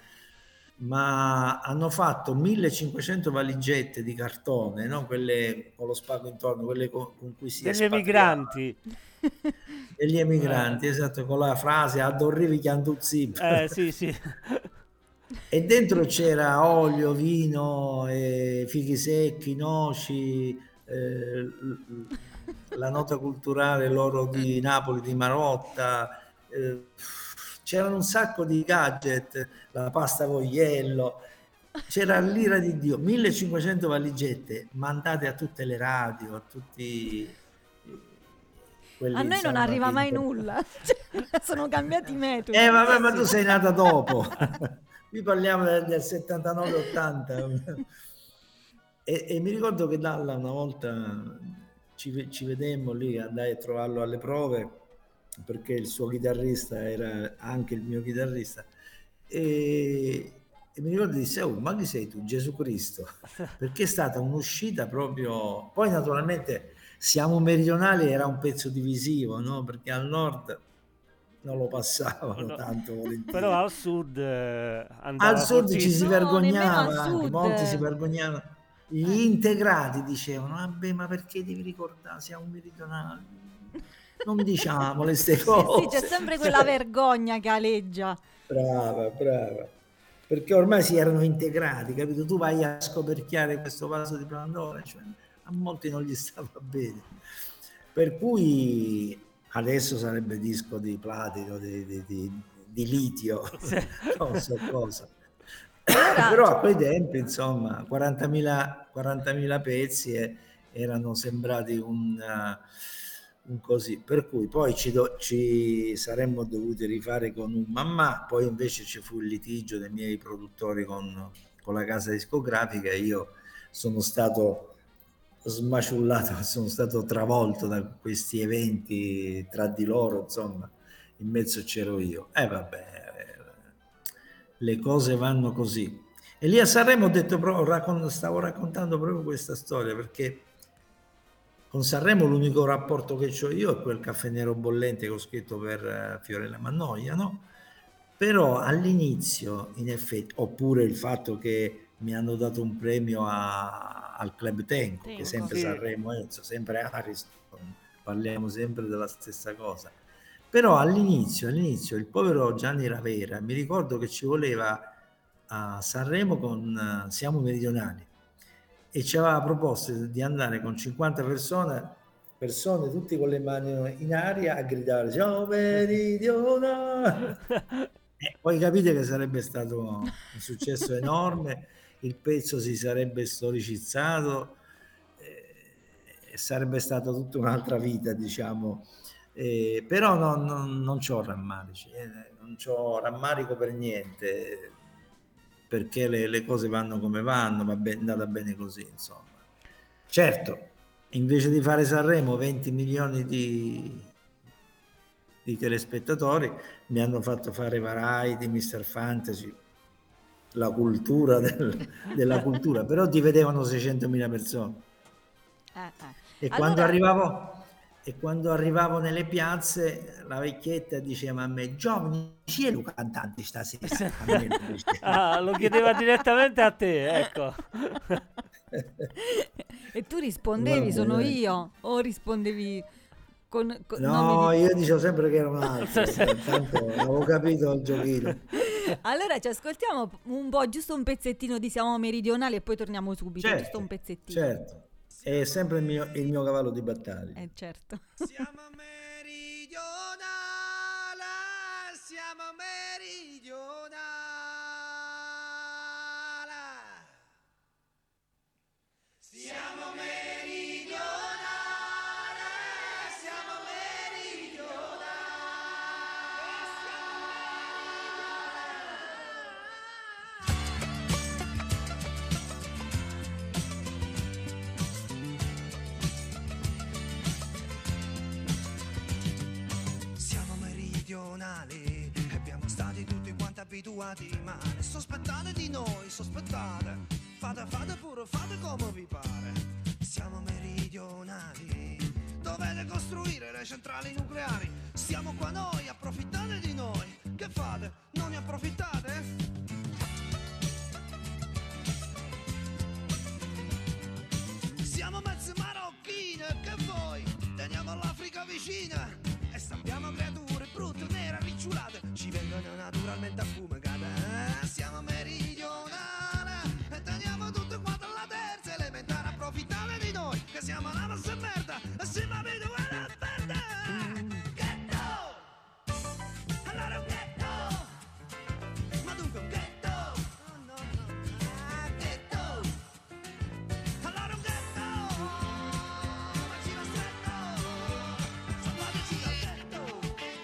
ma hanno fatto 1500 valigette di cartone, no? Quelle con lo spago intorno, quelle con cui si degli emigranti. Degli emigranti, esatto, con la frase "addorrivi chiantuzzi". Sì. E dentro c'era olio, vino, fichi secchi, noci, la nota culturale loro di Napoli, di Marotta, c'erano un sacco di gadget, la pasta vogliello, c'era l'ira di Dio, 1500 valigette mandate a tutte le radio, a tutti quelli, a noi non arriva mai nulla, sono cambiati i metodi. Vabbè, ma tu sei nata dopo. Qui parliamo del 79-80. E mi ricordo che Dalla una volta ci vedemmo lì, andai a trovarlo alle prove, perché il suo chitarrista era anche il mio chitarrista, e mi ricordo di disse: "Oh, ma chi sei tu? Gesù Cristo?" Perché è stata un'uscita proprio. Poi naturalmente siamo meridionali, era un pezzo divisivo, no? Perché al nord non lo passavano tanto volentieri. Però al sud andava al sud ci si vergognava, sud. molti si vergognavano. Gli integrati dicevano: vabbè, ma perché devi ricordare, siamo meridionali, non diciamo queste cose. Sì, c'è sempre quella vergogna che aleggia. Brava. perché ormai si erano integrati, capito? Tu vai a scoperchiare questo vaso di Pandora, cioè, a molti non gli stava bene. Per cui adesso sarebbe disco di platino, di litio, non so cosa. Però a quei tempi, insomma, 40.000 pezzi erano sembrati un così. Per cui poi ci saremmo dovuti rifare con un mamma, poi invece ci fu il litigio dei miei produttori con la casa discografica e io sono stato smaciullato, sono stato travolto da questi eventi tra di loro, insomma, in mezzo c'ero io. Vabbè, le cose vanno così. E lì a Sanremo ho detto stavo raccontando proprio questa storia, perché con Sanremo l'unico rapporto che ho io è quel Caffè Nero Bollente che ho scritto per Fiorella Mannoia, no? Però all'inizio, in effetti, oppure il fatto che mi hanno dato un premio al Club Tenco, che è sempre Sanremo, sempre Ariston, parliamo sempre della stessa cosa. Però all'inizio il povero Gianni Ravera, mi ricordo che ci voleva a Sanremo con Siamo Meridionali e ci aveva proposto di andare con 50 persone tutti con le mani in aria a gridare Ciao Meridionali. Poi capite che sarebbe stato un successo enorme, il pezzo si sarebbe storicizzato e sarebbe stata tutta un'altra vita, diciamo. Però non c'ho rammarici, non c'ho rammarico per niente, perché le cose vanno come vanno, è andata bene così, insomma. Certo, invece di fare Sanremo 20 milioni di telespettatori, mi hanno fatto fare Variety, Mr. Fantasy, la cultura della cultura, però ti vedevano 600.000 persone. E quando arrivavo nelle piazze, la vecchietta diceva a me: giovani, chi è il cantante stasera? Lo chiedeva direttamente a te, ecco. E tu rispondevi, sono io, o rispondevi con no, io dicevo sempre che era un altro, tanto avevo capito il giochino. Allora ci ascoltiamo un po', giusto un pezzettino di Siamo Meridionali e poi torniamo subito, certo, giusto un pezzettino. Certo, è sempre il mio cavallo di battaglia. Certo. Siamo meridionali, siamo meridionali. Siamo meridionali, siamo meridionali. Siamo meridionali, abbiamo stati tutti quanti abituati, ma ne sospettate di noi, sospettate. Fate pure, fate come vi pare. Siamo meridionali, dovete costruire le centrali nucleari. Siamo qua noi, approfittate di noi. Che fate? Non ne approfittate? Siamo mezze marocchine, che voi? Teniamo l'Africa vicina e sappiamo creature brutte, nere, ricciolate. Ci vengono naturalmente a fumegate. Siamo meridionali e teniamo tutte quante alla terza elementare. Approfittate di noi, che siamo una massa merda e siamo abituati a perdere. Ghetto! Allora un ghetto! Ma dunque un ghetto! Oh no, ghetto! Allora un ghetto! Vicino stretto! Salvateci dal ghetto!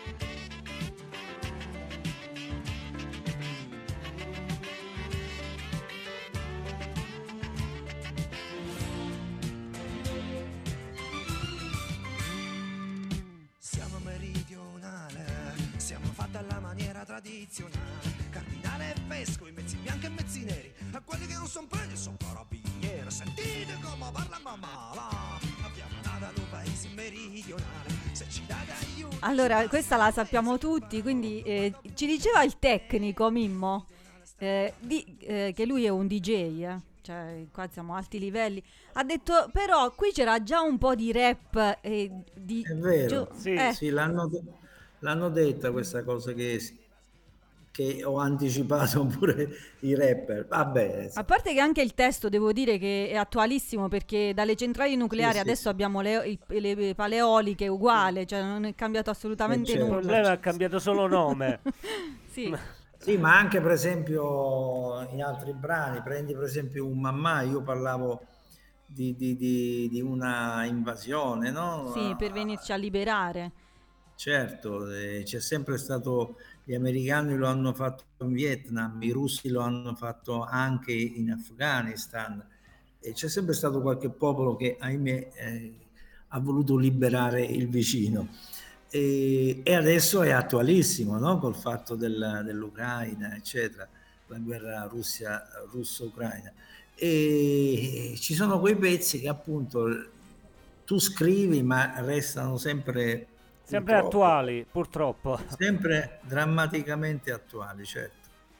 Siamo meridionale, siamo fatti alla maniera tradizionale. Cardinale e vescovi, mezzi bianchi e mezzi neri. A quelli che non sono preti sono carabinieri. Sentite come parla mamma. Abbiamo nata da un paese meridionale. Se ci date aiuto. Allora, questa la sappiamo tutti, quindi ci diceva il tecnico Mimmo che lui è un DJ, cioè qua siamo a alti livelli. Ha detto però qui c'era già un po' di rap di È vero, Sì. sì, l'hanno detta questa cosa che che ho anticipato pure i rapper. Vabbè. A parte che anche il testo, devo dire che è attualissimo, perché dalle centrali nucleari adesso abbiamo le paleoliche uguale, cioè non è cambiato assolutamente Il nulla. problema è cambiato solo nome. Sì. Sì, ma anche per esempio in altri brani, prendi per esempio un Mamma, io parlavo di una invasione, no? Sì, per venirci a liberare. Certo, c'è sempre stato, gli americani lo hanno fatto in Vietnam, i russi lo hanno fatto anche in Afghanistan, e c'è sempre stato qualche popolo che, ahimè, ha voluto liberare il vicino. E adesso è attualissimo, no? Col fatto dell'Ucraina, eccetera, la guerra russo-ucraina. E ci sono quei pezzi che appunto tu scrivi, ma restano sempre attuali, purtroppo. Sempre drammaticamente attuali, certo.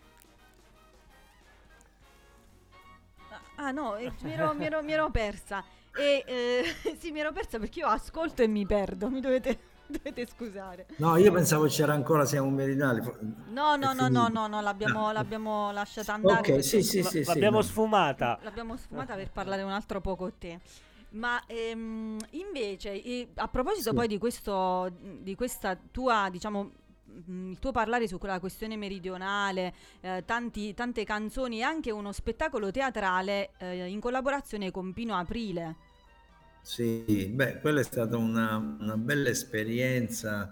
Ah no, mi ero persa. Sì, mi ero persa perché io ascolto e mi perdo, mi dovete scusare. No, io pensavo c'era ancora Siamo Meridionali. No, l'abbiamo lasciata andare. Ok, sì, l'abbiamo sfumata. L'abbiamo sfumata per parlare un altro po' con te. Ma invece, a proposito poi di questa tua, diciamo, il tuo parlare su quella questione meridionale, tante canzoni e anche uno spettacolo teatrale in collaborazione con Pino Aprile. Sì, beh, quella è stata una bella esperienza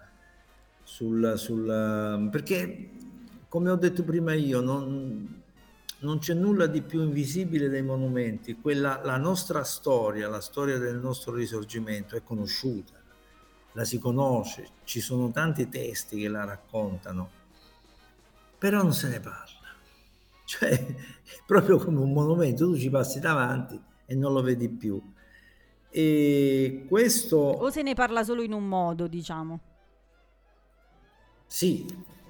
perché, come ho detto prima io, non c'è nulla di più invisibile dei monumenti. La nostra storia, la storia del nostro risorgimento è conosciuta, la si conosce, ci sono tanti testi che la raccontano, però non se ne parla. Cioè, è proprio come un monumento, tu ci passi davanti e non lo vedi più. E questo... O se ne parla solo in un modo, diciamo. Sì,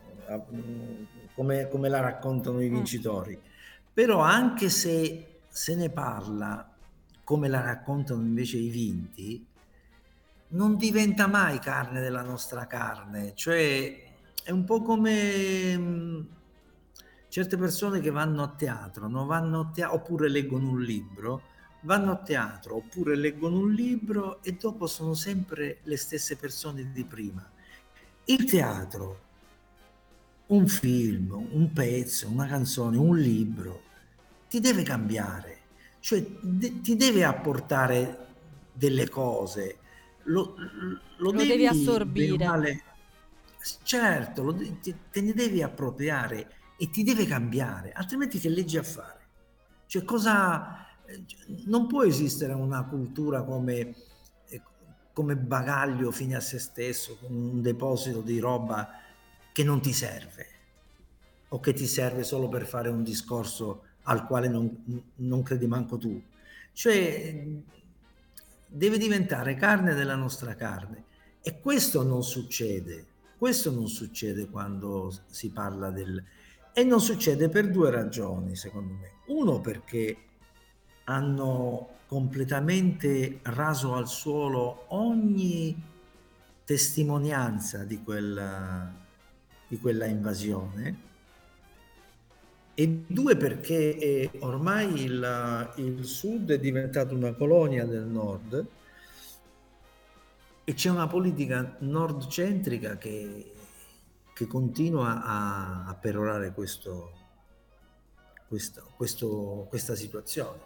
come la raccontano i vincitori. Però anche se ne parla come la raccontano invece i vinti, non diventa mai carne della nostra carne. Cioè è un po' come certe persone che vanno a teatro, no? Oppure leggono un libro, vanno a teatro oppure leggono un libro e dopo sono sempre le stesse persone di prima. Il teatro, un film, un pezzo, una canzone, un libro, ti deve cambiare, cioè ti deve apportare delle cose, lo devi assorbire. Male, certo, te ne devi appropriare e ti deve cambiare, altrimenti che leggi a fare? Cioè non può esistere una cultura come bagaglio fine a se stesso, con un deposito di roba che non ti serve o che ti serve solo per fare un discorso al quale non credi manco tu. Cioè deve diventare carne della nostra carne, e questo non succede quando si parla e non succede per due ragioni, secondo me. Uno, perché hanno completamente raso al suolo ogni testimonianza di quella invasione, e due, perché ormai il sud è diventato una colonia del nord e c'è una politica nord-centrica che continua a perorare questa situazione.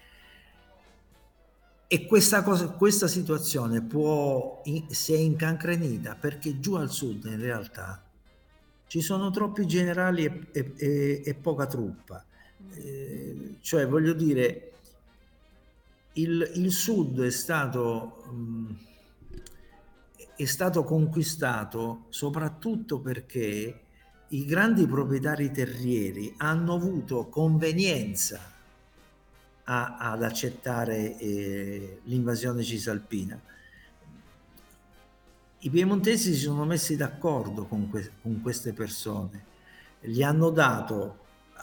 E questa situazione si è incancrenita perché giù al sud in realtà ci sono troppi generali e poca truppa. Cioè, voglio dire, il sud è stato conquistato soprattutto perché i grandi proprietari terrieri hanno avuto convenienza ad accettare l'invasione cisalpina. I piemontesi si sono messi d'accordo con queste persone, gli hanno dato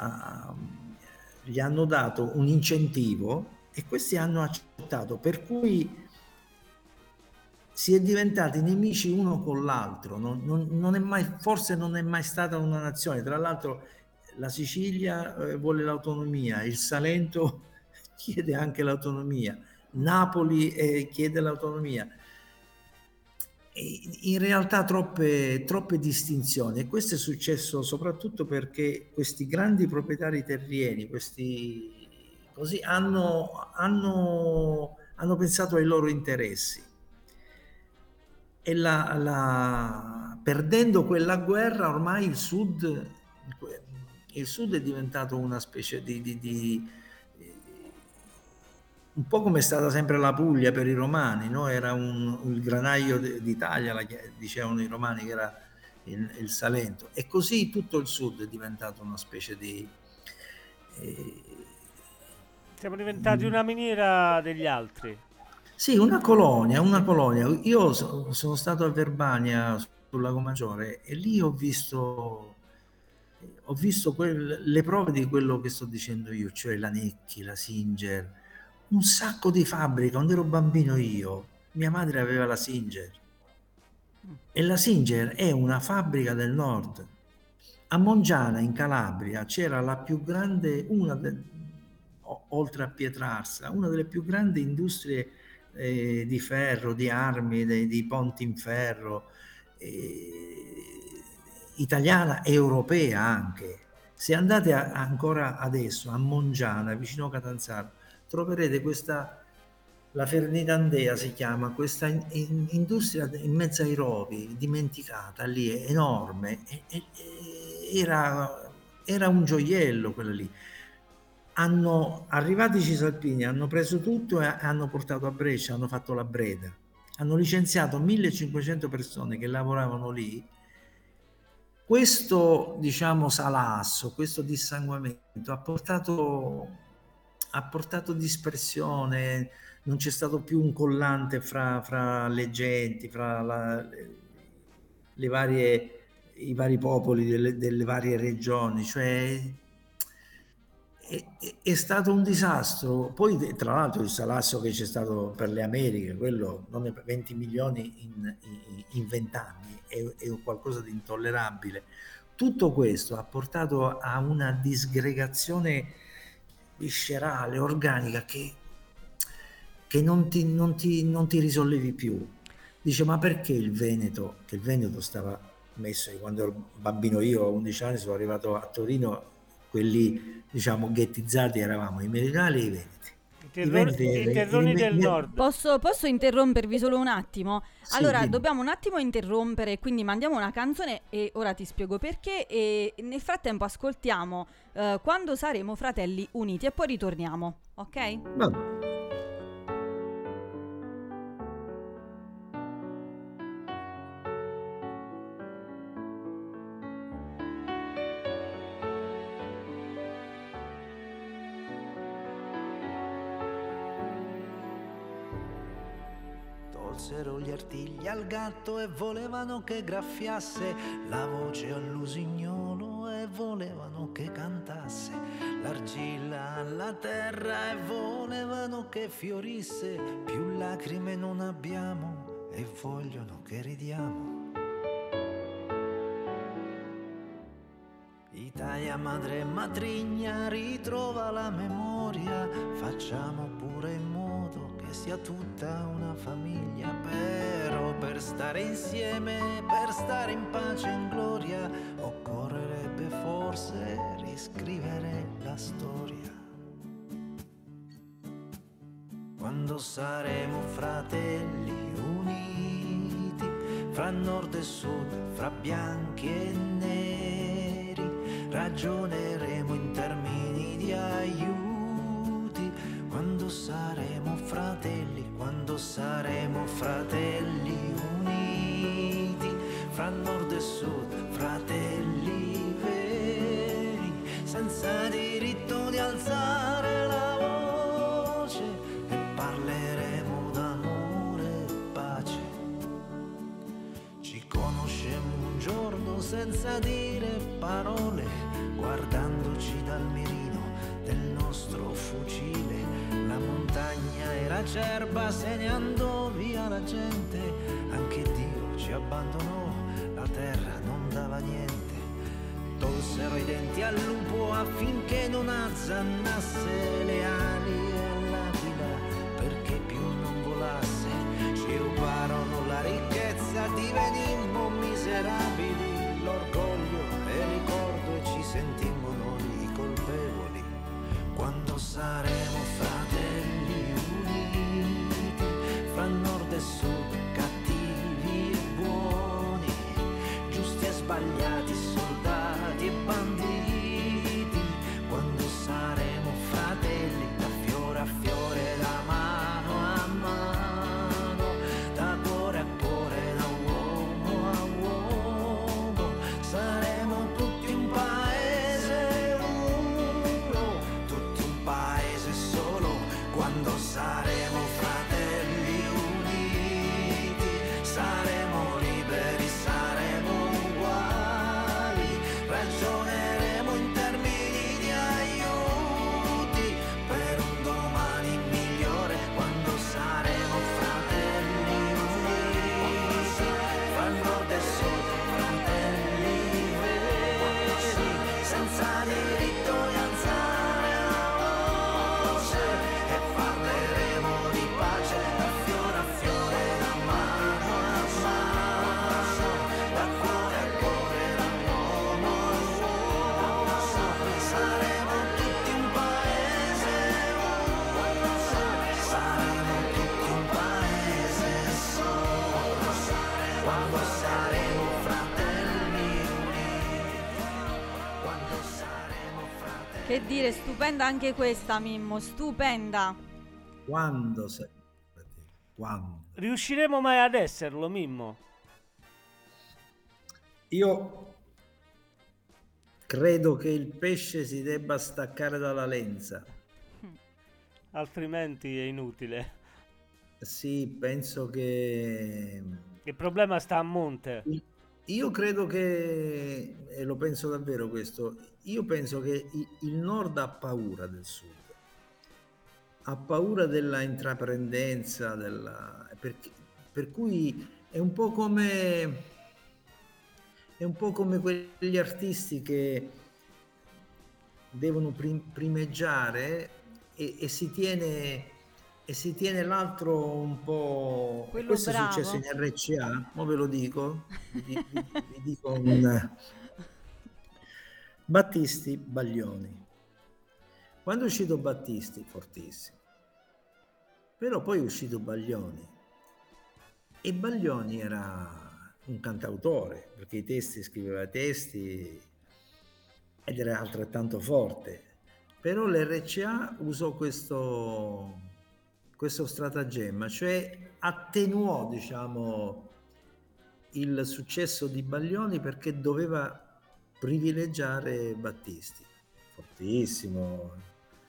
un incentivo e questi hanno accettato, per cui si è diventati nemici uno con l'altro, non è mai, forse non è mai stata una nazione. Tra l'altro la Sicilia vuole l'autonomia, il Salento chiede anche l'autonomia, Napoli chiede l'autonomia. In realtà troppe distinzioni, e questo è successo soprattutto perché questi grandi proprietari terrieri, questi così hanno pensato ai loro interessi, e perdendo quella guerra ormai il sud è diventato una specie di un po' come è stata sempre la Puglia per i romani, no? Era il granaio d'Italia, dicevano i romani, che era il Salento, e così tutto il sud è diventato una specie di... Siamo diventati una miniera degli altri. Sì, una colonia. Io sono stato a Verbania, sul Lago Maggiore, e lì ho visto le prove di quello che sto dicendo io, cioè la Necchi, la Singer, un sacco di fabbriche. Quando ero bambino io, mia madre aveva la Singer, e la Singer è una fabbrica del nord. A Mongiana, in Calabria, c'era la più grande, oltre a Pietrarsa, una delle più grandi industrie di ferro, di armi, di ponti in ferro, italiana e europea anche. Se andate ancora adesso a Mongiana, vicino a Catanzaro, troverete la Fernitandea si chiama, questa industria in mezzo ai rovi, dimenticata lì, è enorme, era un gioiello quella lì. Arrivati i Cisalpini, hanno preso tutto e hanno portato a Brescia, hanno fatto la Breda, hanno licenziato 1500 persone che lavoravano lì. Questo, diciamo, salasso, questo dissanguamento ha portato dispersione, non c'è stato più un collante fra le genti, fra i vari popoli delle varie regioni, cioè è stato un disastro. Poi tra l'altro il salasso che c'è stato per le Americhe, quello 20 milioni in 20 anni, è qualcosa di intollerabile. Tutto questo ha portato a una disgregazione viscerale, organica, che non ti risollevi più. Dice, ma perché il Veneto, che il Veneto stava messo, quando ero bambino io a 11 anni sono arrivato a Torino, quelli, diciamo, ghettizzati eravamo i meridionali e i veneti. I terroni del nord. Posso interrompervi solo un attimo? Sì, allora, dimmi. dobbiamo un attimo interrompere, quindi mandiamo una canzone e ora ti spiego perché, e nel frattempo ascoltiamo Quando saremo fratelli uniti e poi ritorniamo, ok? Vabbè. Tolsero gli artigli al gatto e volevano che graffiasse la voce all'usignolo e volevano che cantasse l'argilla alla terra e volevano che fiorisse. Più lacrime non abbiamo e vogliono che ridiamo. Italia madre e matrigna, ritrova la memoria, facciamo pure in modo che sia tutta una famiglia. Però per stare insieme, per stare in pace e in gloria, occorrerebbe forse riscrivere la storia. Quando saremo fratelli uniti, fra nord e sud, fra bianchi e neri, ragioneremo in termini di aiuti. Quando saremo fratelli, quando saremo fratelli uniti, fra nord e sud, fratelli veri, senza diritto di alzare la voce, e parleremo d'amore e pace. Ci conoscemmo un giorno senza dire parole, guardandoci dal mirino del nostro fucile. La montagna era acerba, se ne andò via la gente, anche Dio ci abbandonò, la terra non dava niente, tolsero i denti al lupo affinché non azzannasse le ali e l'aquila perché più non volasse, ci rubarono la ricchezza, divenimmo miserabili, l'orgoglio e il ricordo e ci sentimmo noi i colpevoli. Quando saremo fratelli uniti, fra nord e sud, cattivi e buoni, giusti e sbagliati, soldati e banditi, quando saremo fratelli da fiore a fiore, da mano a mano, da cuore a cuore, da uomo a uomo, saremo tutti un paese uno, tutti un paese solo, quando saremo fratelli uniti, saremo liberi, saremo uguali, ragioneremo in termini di aiuti per un domani migliore, quando saremo fratelli uniti, fra nord e sud, fratelli veri, senza diritto di alzare la voce, e parleremo di pace da fiore a fiore, da mano a mano, da cuore a cuore, da uomo a uomo, saremo tutti un paese uno, saremo tutti un paese solo, quando saremo fratelli uniti, quando saremo fratelli. Che dire, stupenda anche questa, Mimmo, stupenda. Quando quando? Riusciremo mai ad esserlo, Mimmo? Io credo che il pesce si debba staccare dalla lenza. Altrimenti è inutile. Sì, penso che Il problema sta a monte. io credo che, e lo penso davvero questo, io penso che il nord ha paura del sud, ha paura della intraprendenza, per cui è un po' come quegli artisti che devono primeggiare e si tiene l'altro un po'. Quello Questo è bravo. successo in RCA, mo ve lo dico, vi dico Battisti, Baglioni. Quando è uscito Battisti, fortissimo, però poi è uscito Baglioni, e Baglioni era un cantautore, perché i testi, scriveva testi ed era altrettanto forte, però l'RCA usò questo stratagemma, cioè attenuò, diciamo, il successo di Baglioni perché doveva privilegiare Battisti, fortissimo.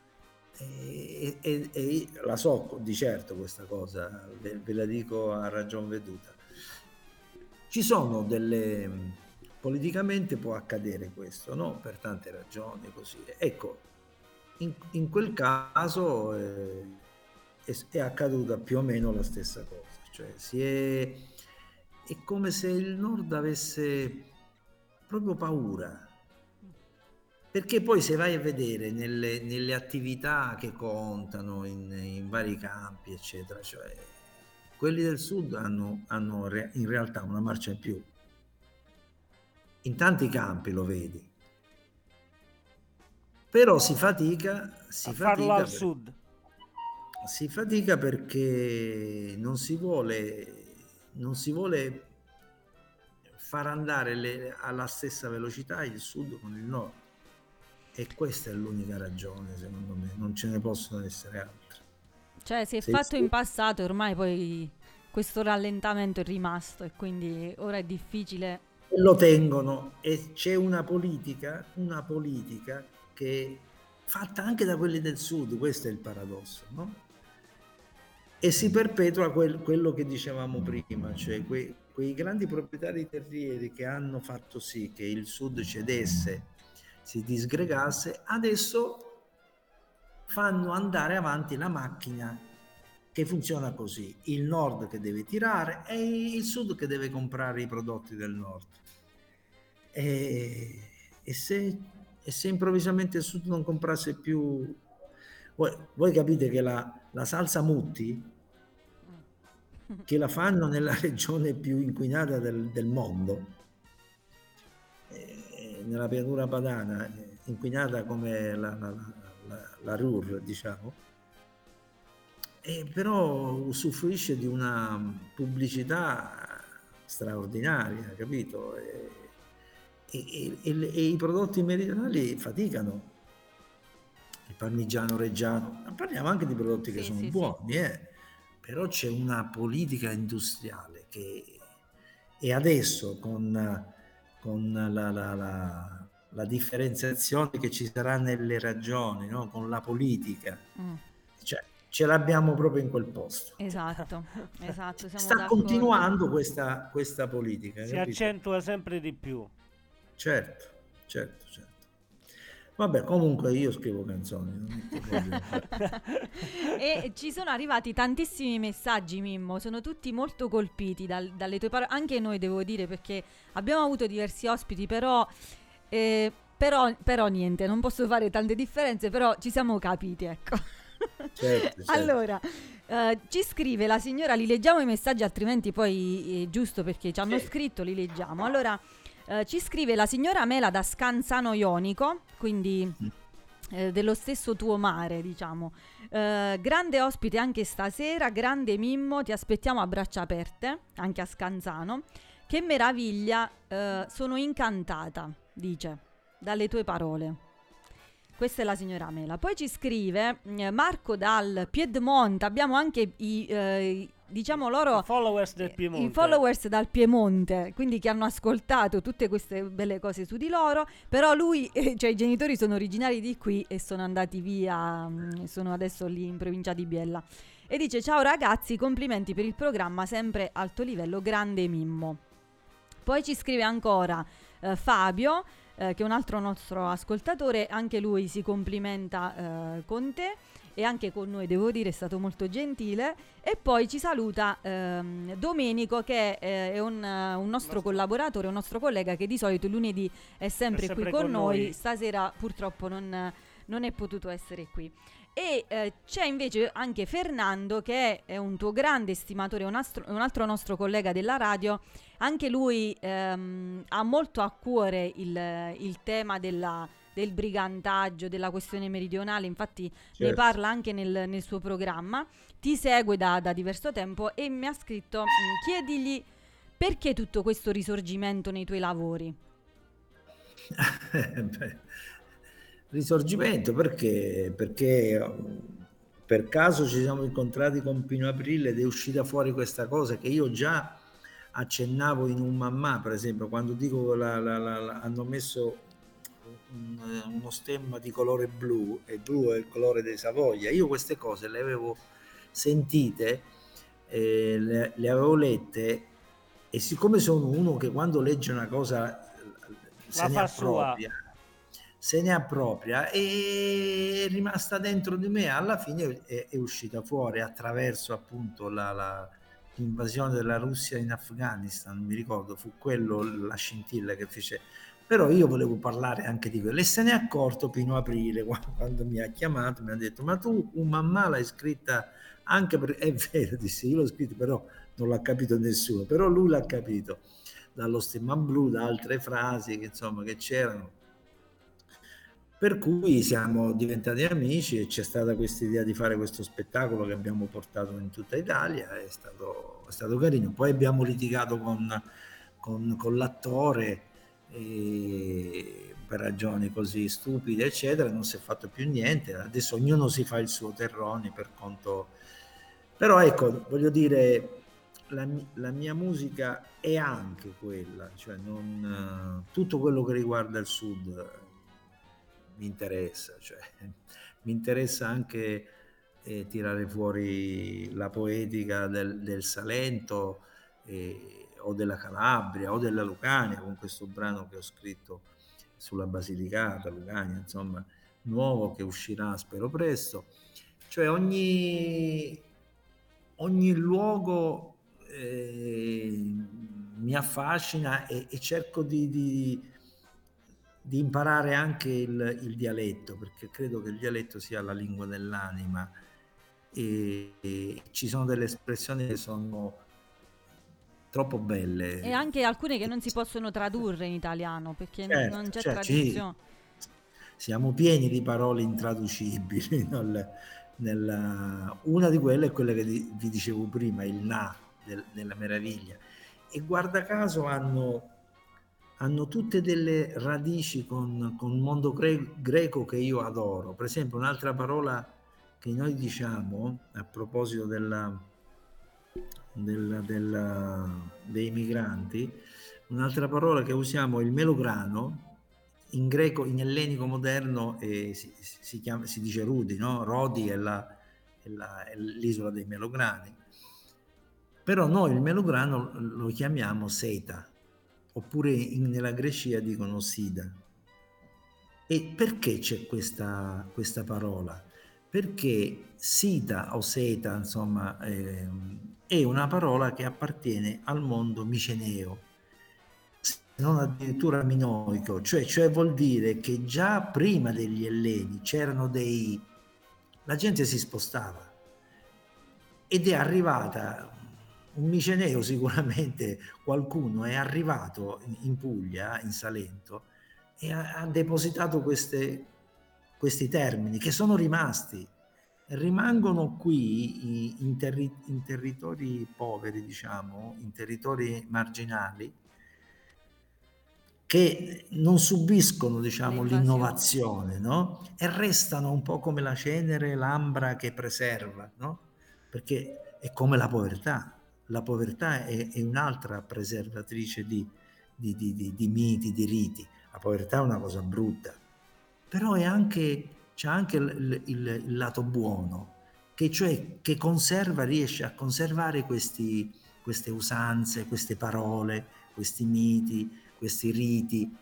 E la so di certo questa cosa, ve la dico a ragion veduta. Ci sono politicamente può accadere questo, no? Per tante ragioni, così. Ecco, in quel caso è accaduta più o meno la stessa cosa, cioè è come se il Nord avesse proprio paura. Perché poi se vai a vedere nelle attività che contano in vari campi, eccetera, cioè quelli del sud hanno in realtà una marcia in più. In tanti campi lo vedi. Però si fatica farlo al sud. Si fatica perché non si vuole far andare alla stessa velocità il sud con il nord. E questa è l'unica ragione, secondo me, non ce ne possono essere altre. Cioè, si è fatto in passato e ormai poi questo rallentamento è rimasto e quindi ora è difficile. Lo tengono, e c'è una politica che è fatta anche da quelli del sud, questo è il paradosso, no? E si perpetua quello che dicevamo prima, cioè quei grandi proprietari terrieri che hanno fatto sì che il sud cedesse, si disgregasse, adesso fanno andare avanti la macchina che funziona così: il nord che deve tirare e il sud che deve comprare i prodotti del nord. E, e se, e se improvvisamente il sud non comprasse più, voi capite che la salsa Mutti, che la fanno nella regione più inquinata del mondo, nella pianura padana, inquinata come la Ruhr, diciamo, però usufruisce di una pubblicità straordinaria, capito? E i prodotti meridionali faticano. Il parmigiano reggiano, ma parliamo anche di prodotti che sono buoni, però c'è una politica industriale e adesso con la differenziazione che ci sarà nelle regioni, no? Con la politica, cioè, ce l'abbiamo proprio in quel posto. Esatto, esatto. Sta continuando questa politica. Si accentua sempre di più. Certo. Vabbè, comunque io scrivo canzoni. E ci sono arrivati tantissimi messaggi, Mimmo, sono tutti molto colpiti dalle tue parole, anche noi devo dire, perché abbiamo avuto diversi ospiti, però niente, non posso fare tante differenze, però ci siamo capiti, ecco. Certo. Allora, ci scrive la signora, li leggiamo i messaggi, altrimenti poi giusto perché ci hanno scritto, li leggiamo. Allora, ci scrive la signora Mela da Scanzano Ionico, quindi dello stesso tuo mare, diciamo. Grande ospite anche stasera, grande Mimmo, ti aspettiamo a braccia aperte, anche a Scanzano. Che meraviglia, sono incantata, dice, dalle tue parole. Questa è la signora Mela. Poi ci scrive Marco dal Piedmonte, abbiamo anche diciamo loro i followers del Piemonte. I followers dal Piemonte, quindi che hanno ascoltato tutte queste belle cose su di loro, però lui, cioè i genitori sono originari di qui e sono andati via, sono adesso lì in provincia di Biella. E dice: ciao ragazzi, complimenti per il programma, sempre alto livello, grande Mimmo. Poi ci scrive ancora Fabio, che è un altro nostro ascoltatore, anche lui si complimenta con te e anche con noi, devo dire, è stato molto gentile. E poi ci saluta Domenico, che è un nostro collaboratore, un nostro collega che di solito lunedì è sempre qui con noi. Stasera purtroppo non è potuto essere qui. E c'è invece anche Fernando, che è un tuo grande stimatore, un altro nostro collega della radio. Anche lui ha molto a cuore il tema del brigantaggio, della questione meridionale, infatti ne parla anche nel suo programma, ti segue da diverso tempo e mi ha scritto: chiedigli perché tutto questo risorgimento nei tuoi lavori. Risorgimento perché per caso ci siamo incontrati con Pino Aprile ed è uscita fuori questa cosa che io già accennavo in un Mamma, per esempio, quando dico hanno messo uno stemma di colore blu, e blu è il colore dei Savoia. Io queste cose le avevo sentite, le avevo lette, e siccome sono uno che quando legge una cosa se ne appropria, e è rimasta dentro di me, alla fine è uscita fuori attraverso appunto l'invasione della Russia in Afghanistan, mi ricordo, fu quello la scintilla che fece. Però io volevo parlare anche di quello, e se ne è accorto Pino Aprile quando mi ha chiamato, mi ha detto: ma tu un Mamma l'hai scritta anche per... È vero, disse, io l'ho scritto, però non l'ha capito nessuno, però lui l'ha capito dallo stemma blu, da altre frasi che insomma che c'erano. Per cui siamo diventati amici e c'è stata questa idea di fare questo spettacolo che abbiamo portato in tutta Italia. È stato carino. Poi abbiamo litigato con l'attore per ragioni così stupide, eccetera. Non si è fatto più niente. Adesso ognuno si fa il suo terroni per conto. Però ecco, voglio dire, la mia musica è anche quella, cioè tutto quello che riguarda il Sud mi interessa, cioè mi interessa anche tirare fuori la poetica del Salento o della Calabria o della Lucania, con questo brano che ho scritto sulla Basilicata, Lucania, insomma, nuovo, che uscirà spero presto. Cioè ogni ogni luogo mi affascina e cerco di imparare anche il dialetto, perché credo che il dialetto sia la lingua dell'anima e ci sono delle espressioni che sono troppo belle. E anche alcune che non si possono tradurre in italiano perché non c'è Certo, traduzione. siamo pieni di parole intraducibili. Una di quelle è quella che vi dicevo prima, il na della meraviglia. E guarda caso hanno tutte delle radici con il mondo greco che io adoro. Per esempio, un'altra parola che noi diciamo a proposito dei migranti, un'altra parola che usiamo è il melograno. In greco, in ellenico moderno si dice Rudi, no? Rodi è l'isola dei melograni. Però noi il melograno lo chiamiamo seta, oppure nella Grecia dicono sida. E perché c'è questa parola? Perché sita o seta, insomma, è una parola che appartiene al mondo miceneo, se non addirittura minoico, cioè vuol dire che già prima degli Elleni c'erano la gente si spostava ed è arrivata, un miceneo sicuramente, qualcuno è arrivato in Puglia, in Salento, e ha depositato questi termini che sono rimasti, rimangono qui in territori poveri, diciamo, in territori marginali, che non subiscono, diciamo, l'innovazione, no? E restano un po' come la cenere, l'ambra che preserva, no? Perché è come la povertà. La povertà è un'altra preservatrice di miti, di riti. La povertà è una cosa brutta, però c'è anche il lato buono, che riesce a conservare queste usanze, queste parole, questi miti, questi riti.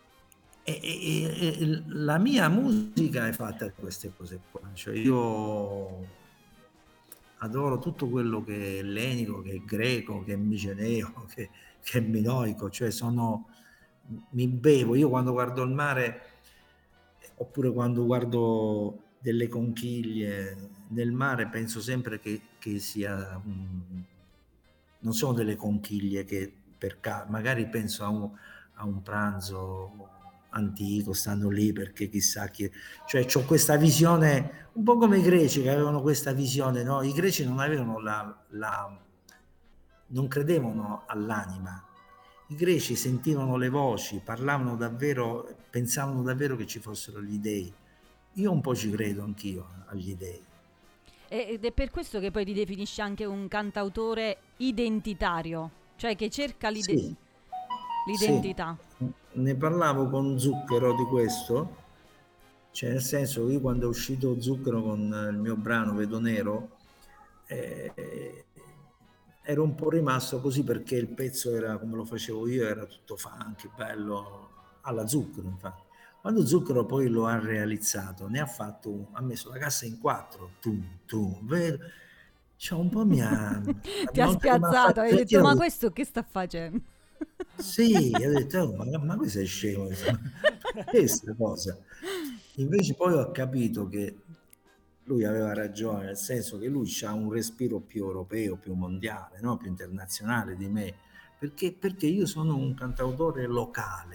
E la mia musica è fatta di queste cose qua. Cioè io adoro tutto quello che è ellenico, che è greco, che è miceneo, che è minoico, cioè mi bevo, io quando guardo il mare, oppure quando guardo delle conchiglie nel mare, penso sempre che sia non sono delle conchiglie che magari penso a un pranzo antico, stanno lì perché chissà chi, cioè ho questa visione un po' come i greci che avevano questa visione, no? I greci non avevano non credevano all'anima. I greci sentivano le voci, parlavano davvero, pensavano davvero che ci fossero gli dei. Io un po' ci credo anch'io agli dei. Ed è per questo che poi ti definisci anche un cantautore identitario, cioè che cerca l'identità. Sì. Ne parlavo con Zucchero di questo, cioè nel senso che io quando è uscito Zucchero con il mio brano Vedo Nero, ero un po' rimasto così perché il pezzo era come lo facevo io, era tutto funky, bello, alla Zucchero infatti. Quando Zucchero poi lo ha realizzato, ha messo la cassa in 4, vedo, cioè un po' mi ha... Ti ha spiazzato, hai detto ma questo che sta facendo? Sì, ho detto ma questo è scemo, questa cosa. Invece poi ho capito che lui aveva ragione, nel senso che lui ha un respiro più europeo, più mondiale, no? Più internazionale di me, perché io sono un cantautore locale,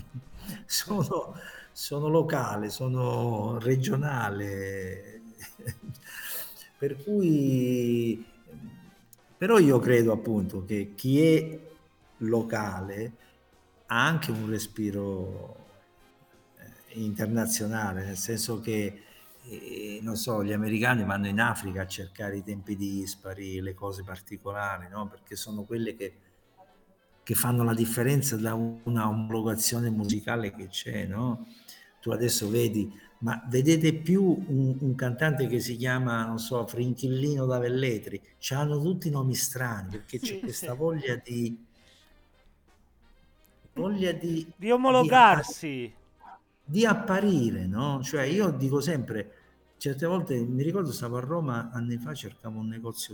sono locale, sono regionale, per cui, però io credo appunto che chi è locale ha anche un respiro internazionale, nel senso che non so, gli americani vanno in Africa a cercare i tempi dispari, le cose particolari, no? Perché sono quelle che fanno la differenza da una omologazione musicale che c'è, no? Tu adesso ma vedete più un cantante che si chiama, non so, Frinchillino da Velletri, hanno tutti nomi strani perché c'è questa voglia di omologarsi, di apparire, no? Cioè io dico sempre, certe volte, mi ricordo, stavo a Roma anni fa, cercavo un negozio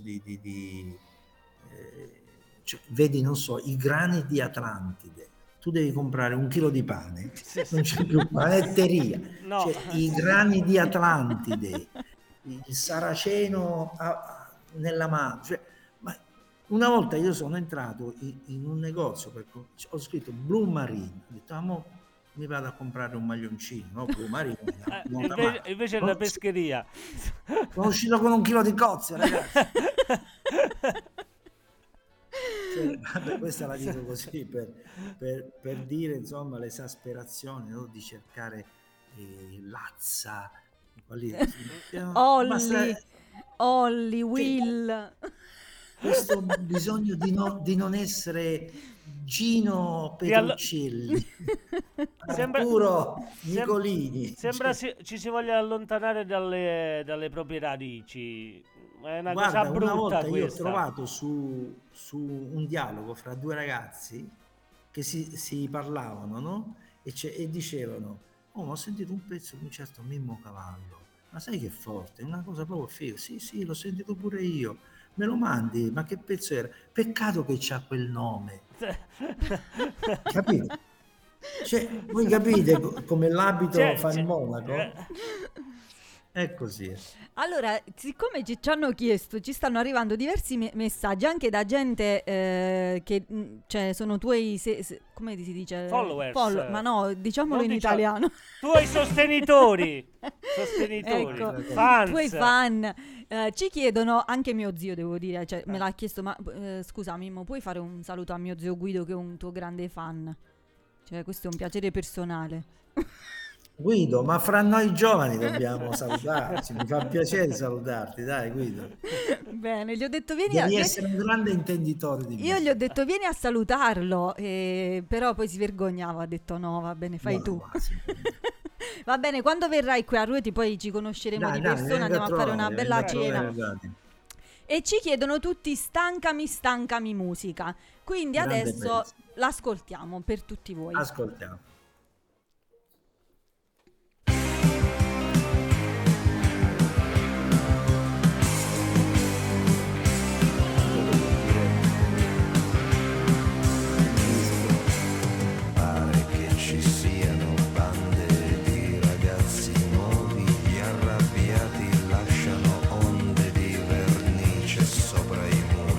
cioè, vedi, non so, i grani di Atlantide. Tu devi comprare 1 chilo di pane, non c'è più panetteria, No. cioè, i grani di Atlantide, il saraceno nella mano. Cioè, ma una volta io sono entrato in un negozio, ho scritto Blue Marine, ho detto, mi vado a comprare un maglioncino, no? Blue Marine, invece è una pescheria. Sono uscito con 1 chilo di cozze, ragazzi. Cioè, vabbè, questa la dico così per dire, insomma, l'esasperazione, no? Di cercare Lazza, Olli, Will. Questo bisogno di non essere Gino Petruccelli, Arturo Nicolini. Sembra ci si voglia allontanare dalle proprie radici. È una Guarda, cosa brutta. Una volta questa. io ho trovato su un dialogo fra 2 ragazzi che si parlavano, no? E dicevano, ma ho sentito un pezzo di un certo Mimmo Cavallo, ma sai che forte, è una cosa proprio figa. Sì, l'ho sentito pure io, me lo mandi, ma che pezzo era? Peccato che c'ha quel nome. Capito? Cioè, voi capite come l'abito fa il monaco? È così. Allora, siccome ci hanno chiesto, ci stanno arrivando diversi messaggi anche da gente che cioè sono tuoi come si dice? Followers. Ma no, diciamolo in italiano. Tuoi sostenitori. Ecco, fans. Tuoi fan. Ci chiedono, anche mio zio devo dire, cioè, me l'ha chiesto, ma scusa Mimmo, puoi fare un saluto a mio zio Guido che è un tuo grande fan? Cioè, questo è un piacere personale. Guido, ma fra noi giovani dobbiamo salutarci, mi fa piacere salutarti, dai Guido. Bene, gli ho detto devi essere un grande intenditore di me. Io gli ho detto vieni a salutarlo, però poi si vergognava, ha detto no, va bene, fai tu. Va bene, quando verrai qui a Ruoti poi ci conosceremo di persona, andiamo a fare una bella cena. E ci chiedono tutti stancami musica, quindi grande adesso pezzo. L'ascoltiamo per tutti voi. Ascoltiamo.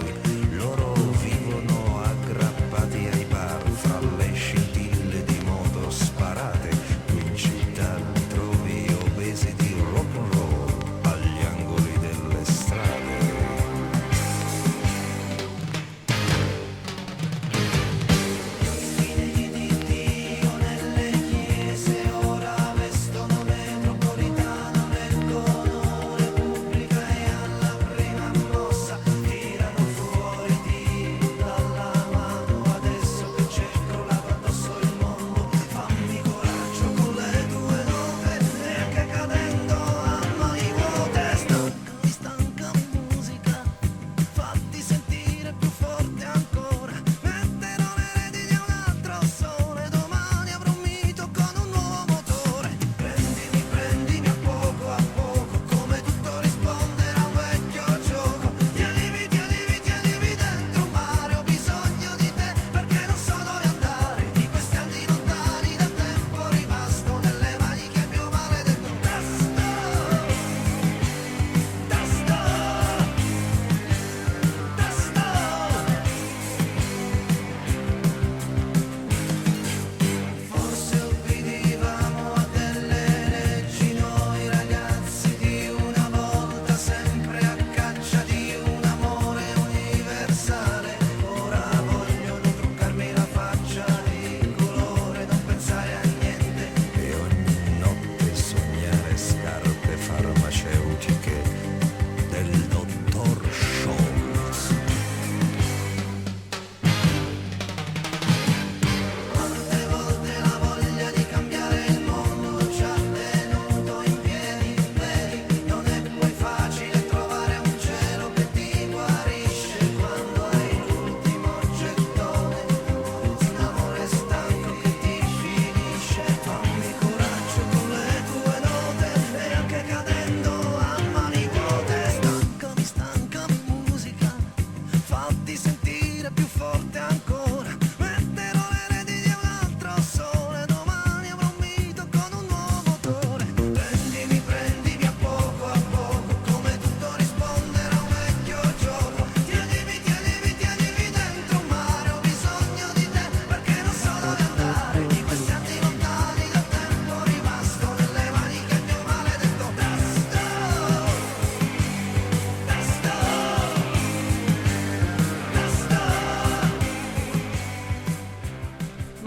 Loro vivono aggrappati ai bar fra le scintille di moda.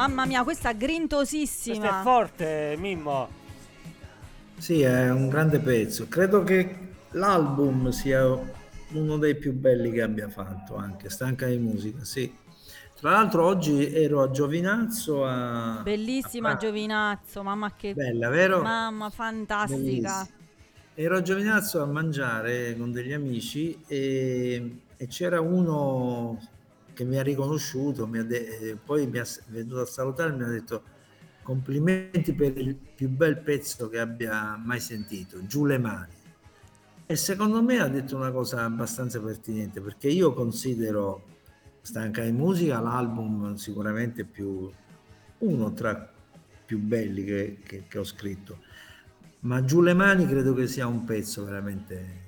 mamma mia, questa grintosissima. Questo è forte, Mimmo. Sì, è un grande pezzo. Credo che l'album sia uno dei più belli che abbia fatto, anche Stanca di musica, sì. Tra l'altro oggi ero a Giovinazzo Bellissima Giovinazzo, mamma che bella, vero? mamma fantastica. Bellissima. Ero a Giovinazzo a mangiare con degli amici e c'era uno che mi ha riconosciuto, poi mi è venuto a salutare e mi ha detto: complimenti per il più bel pezzo che abbia mai sentito, Giù le mani. E secondo me ha detto una cosa abbastanza pertinente, perché io considero Stanca di musica l'album sicuramente uno tra più belli che ho scritto, ma Giù le mani credo che sia un pezzo veramente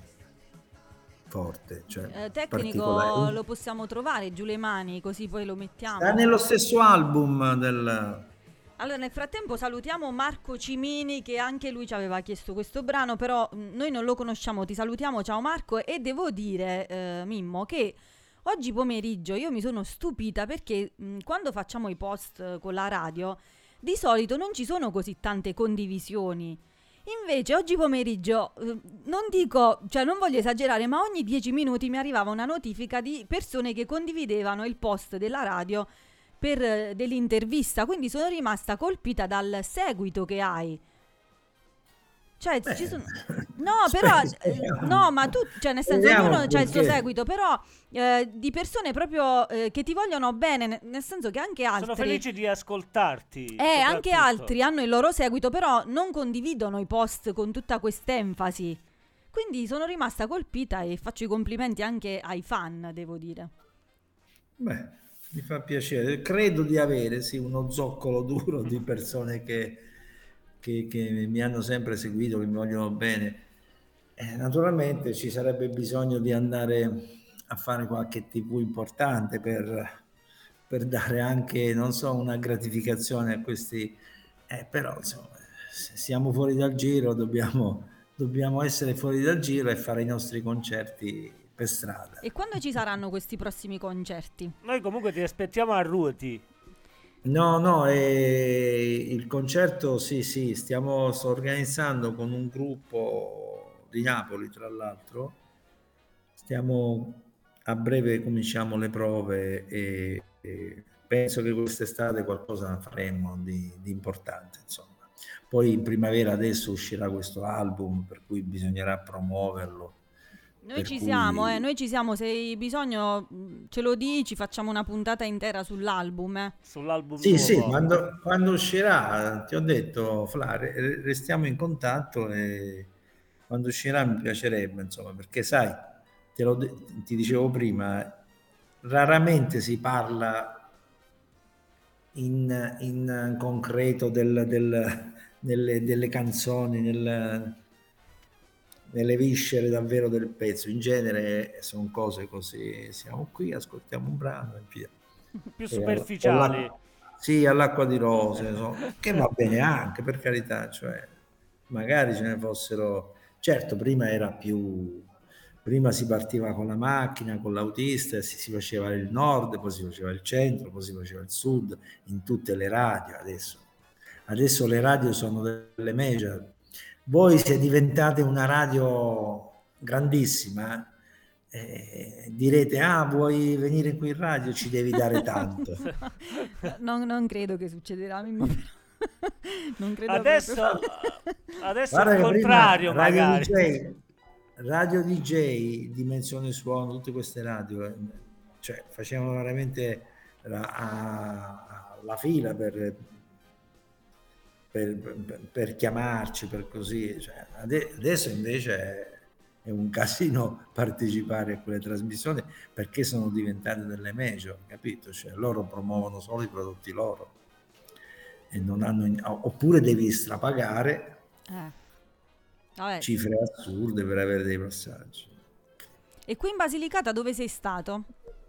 forte, cioè Tecnico, particolare. lo possiamo trovare Giù le mani, così poi lo mettiamo. Sta nello stesso album del... Allora, nel frattempo salutiamo Marco Cimini, che anche lui ci aveva chiesto questo brano, però noi non lo conosciamo. Ti salutiamo, ciao Marco. E devo dire, Mimmo, che oggi pomeriggio io mi sono stupita perché quando facciamo i post con la radio, di solito non ci sono così tante condivisioni. Invece oggi pomeriggio, non dico, cioè non voglio esagerare, ma ogni 10 minuti mi arrivava una notifica di persone che condividevano il post della radio per dell'intervista, quindi sono rimasta colpita dal seguito che hai. Cioè, ci sono... No, però... no, ma tu... Cioè, nel senso, ognuno c'ha il suo seguito, però di persone proprio che ti vogliono bene, nel senso che anche altri... Sono felici di ascoltarti. Anche altri hanno il loro seguito, però non condividono i post con tutta quest'enfasi. Quindi sono rimasta colpita e faccio i complimenti anche ai fan, devo dire. Beh, mi fa piacere. Credo di avere, sì, uno zoccolo duro di persone che mi hanno sempre seguito, che mi vogliono bene. Naturalmente ci sarebbe bisogno di andare a fare qualche TV importante per dare anche, non so, una gratificazione a questi, però insomma, se siamo fuori dal giro dobbiamo essere fuori dal giro e fare i nostri concerti per strada. E quando ci saranno questi prossimi concerti? Noi comunque ti aspettiamo a Ruoti. No, il concerto sì, sto organizzando con un gruppo di Napoli, tra l'altro. A breve cominciamo le prove e penso che quest'estate qualcosa faremo di importante, insomma. Poi in primavera adesso uscirà questo album, per cui bisognerà promuoverlo. Noi ci siamo, se hai bisogno ce lo dici, facciamo una puntata intera sull'album. Sull'album Sì, nuovo. quando uscirà, ti ho detto, Fla, restiamo in contatto e quando uscirà mi piacerebbe, insomma, perché sai, ti dicevo prima, raramente si parla in concreto delle canzoni, nelle viscere davvero del pezzo. In genere sono cose così, siamo qui, ascoltiamo un brano e via. Più superficiali. Sì, all'acqua di rose, che va bene anche, per carità, cioè magari ce ne fossero. Certo, prima si partiva con la macchina, con l'autista, e si faceva il nord, poi si faceva il centro, poi si faceva il sud, in tutte le radio. Adesso le radio sono delle major. Voi se diventate una radio grandissima, direte: vuoi venire qui in radio, ci devi dare tanto. Non credo che succederà. Non credo adesso è il contrario, magari. Radio DJ, Dimensione Suono, tutte queste radio, cioè facevano veramente la fila per chiamarci, per così, cioè, adesso invece è un casino partecipare a quelle trasmissioni, perché sono diventate delle major, capito? Cioè loro promuovono solo i prodotti loro e non hanno, oppure devi strapagare cifre assurde per avere dei passaggi. E qui in Basilicata dove sei stato?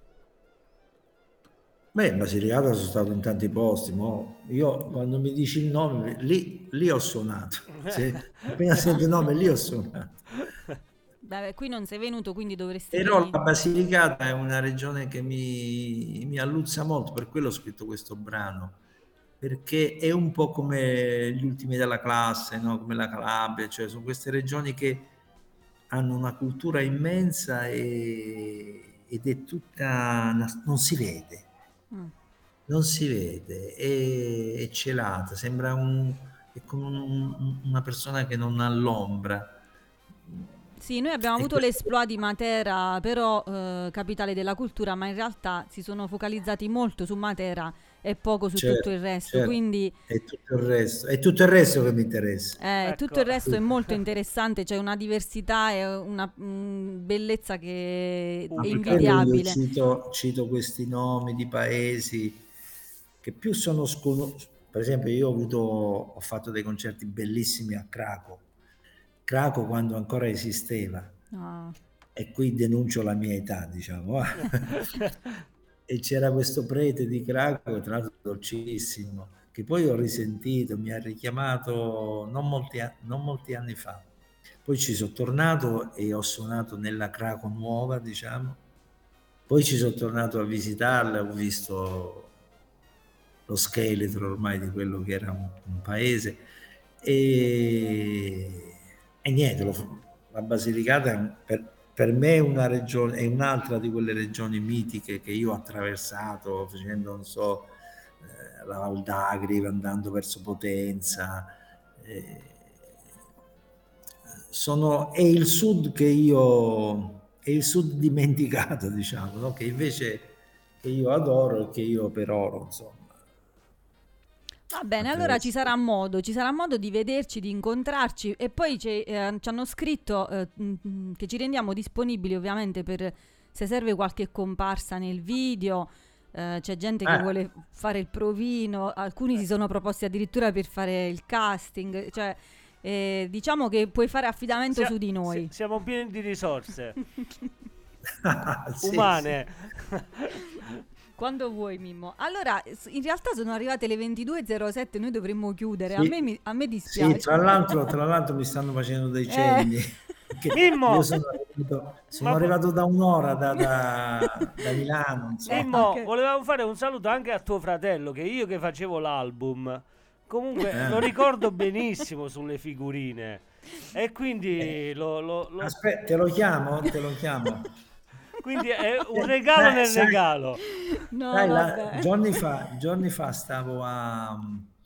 Beh, in Basilicata sono stato in tanti posti, io quando mi dici il nome lì ho suonato. Appena sento il nome lì ho suonato. Beh, qui non sei venuto, quindi dovresti... Però la Basilicata è una regione che mi alluzza molto, per quello ho scritto questo brano, perché è un po' come gli ultimi della classe, no? Come la Calabria, cioè sono queste regioni che hanno una cultura immensa ed è tutta, non si vede, non si vede, è celata, sembra è come una persona che non ha l'ombra. Sì, noi abbiamo avuto l'esploit di Matera, però capitale della cultura, ma in realtà si sono focalizzati molto su Matera e poco su tutto il resto, quindi è tutto il resto che mi interessa. Ecco. Tutto il resto è molto interessante, c'è una diversità e una bellezza che è invidiabile. Io cito questi nomi di paesi che più sono sconosciuti. Per esempio, io ho fatto dei concerti bellissimi a Cracovia quando ancora esisteva. E qui denuncio la mia età, diciamo. E c'era questo prete di Cracovia, tra l'altro dolcissimo, che poi ho risentito, mi ha richiamato non molti anni fa. Poi ci sono tornato e ho suonato nella Cracovia nuova, diciamo. Poi ci sono tornato a visitarla, ho visto lo scheletro ormai di quello che era un paese e niente, la Basilicata per me è una regione, è un'altra di quelle regioni mitiche che io ho attraversato facendo, non so, la Val d'Agri, andando verso Potenza. È il sud è il sud dimenticato, diciamo, no? Che invece che io adoro e che io peroro, insomma. Va bene, allora ci sarà modo di vederci, di incontrarci e poi ci hanno scritto che ci rendiamo disponibili ovviamente per se serve qualche comparsa nel video, c'è gente che vuole fare il provino, alcuni si sono proposti addirittura per fare il casting, cioè diciamo che puoi fare affidamento su di noi. Siamo pieni di risorse umane. Quando vuoi, Mimmo. Allora, in realtà sono arrivate le 22:07, noi dovremmo chiudere. Sì. A me dispiace. Sì, tra l'altro mi stanno facendo dei cenni. Mimmo! Io sono arrivato da un'ora da Milano. Mimmo, volevamo fare un saluto anche a tuo fratello, che facevo l'album. Comunque lo ricordo benissimo sulle figurine. E quindi Aspetta, te lo chiamo. Quindi è un regalo nel regalo. No, giorni fa stavo a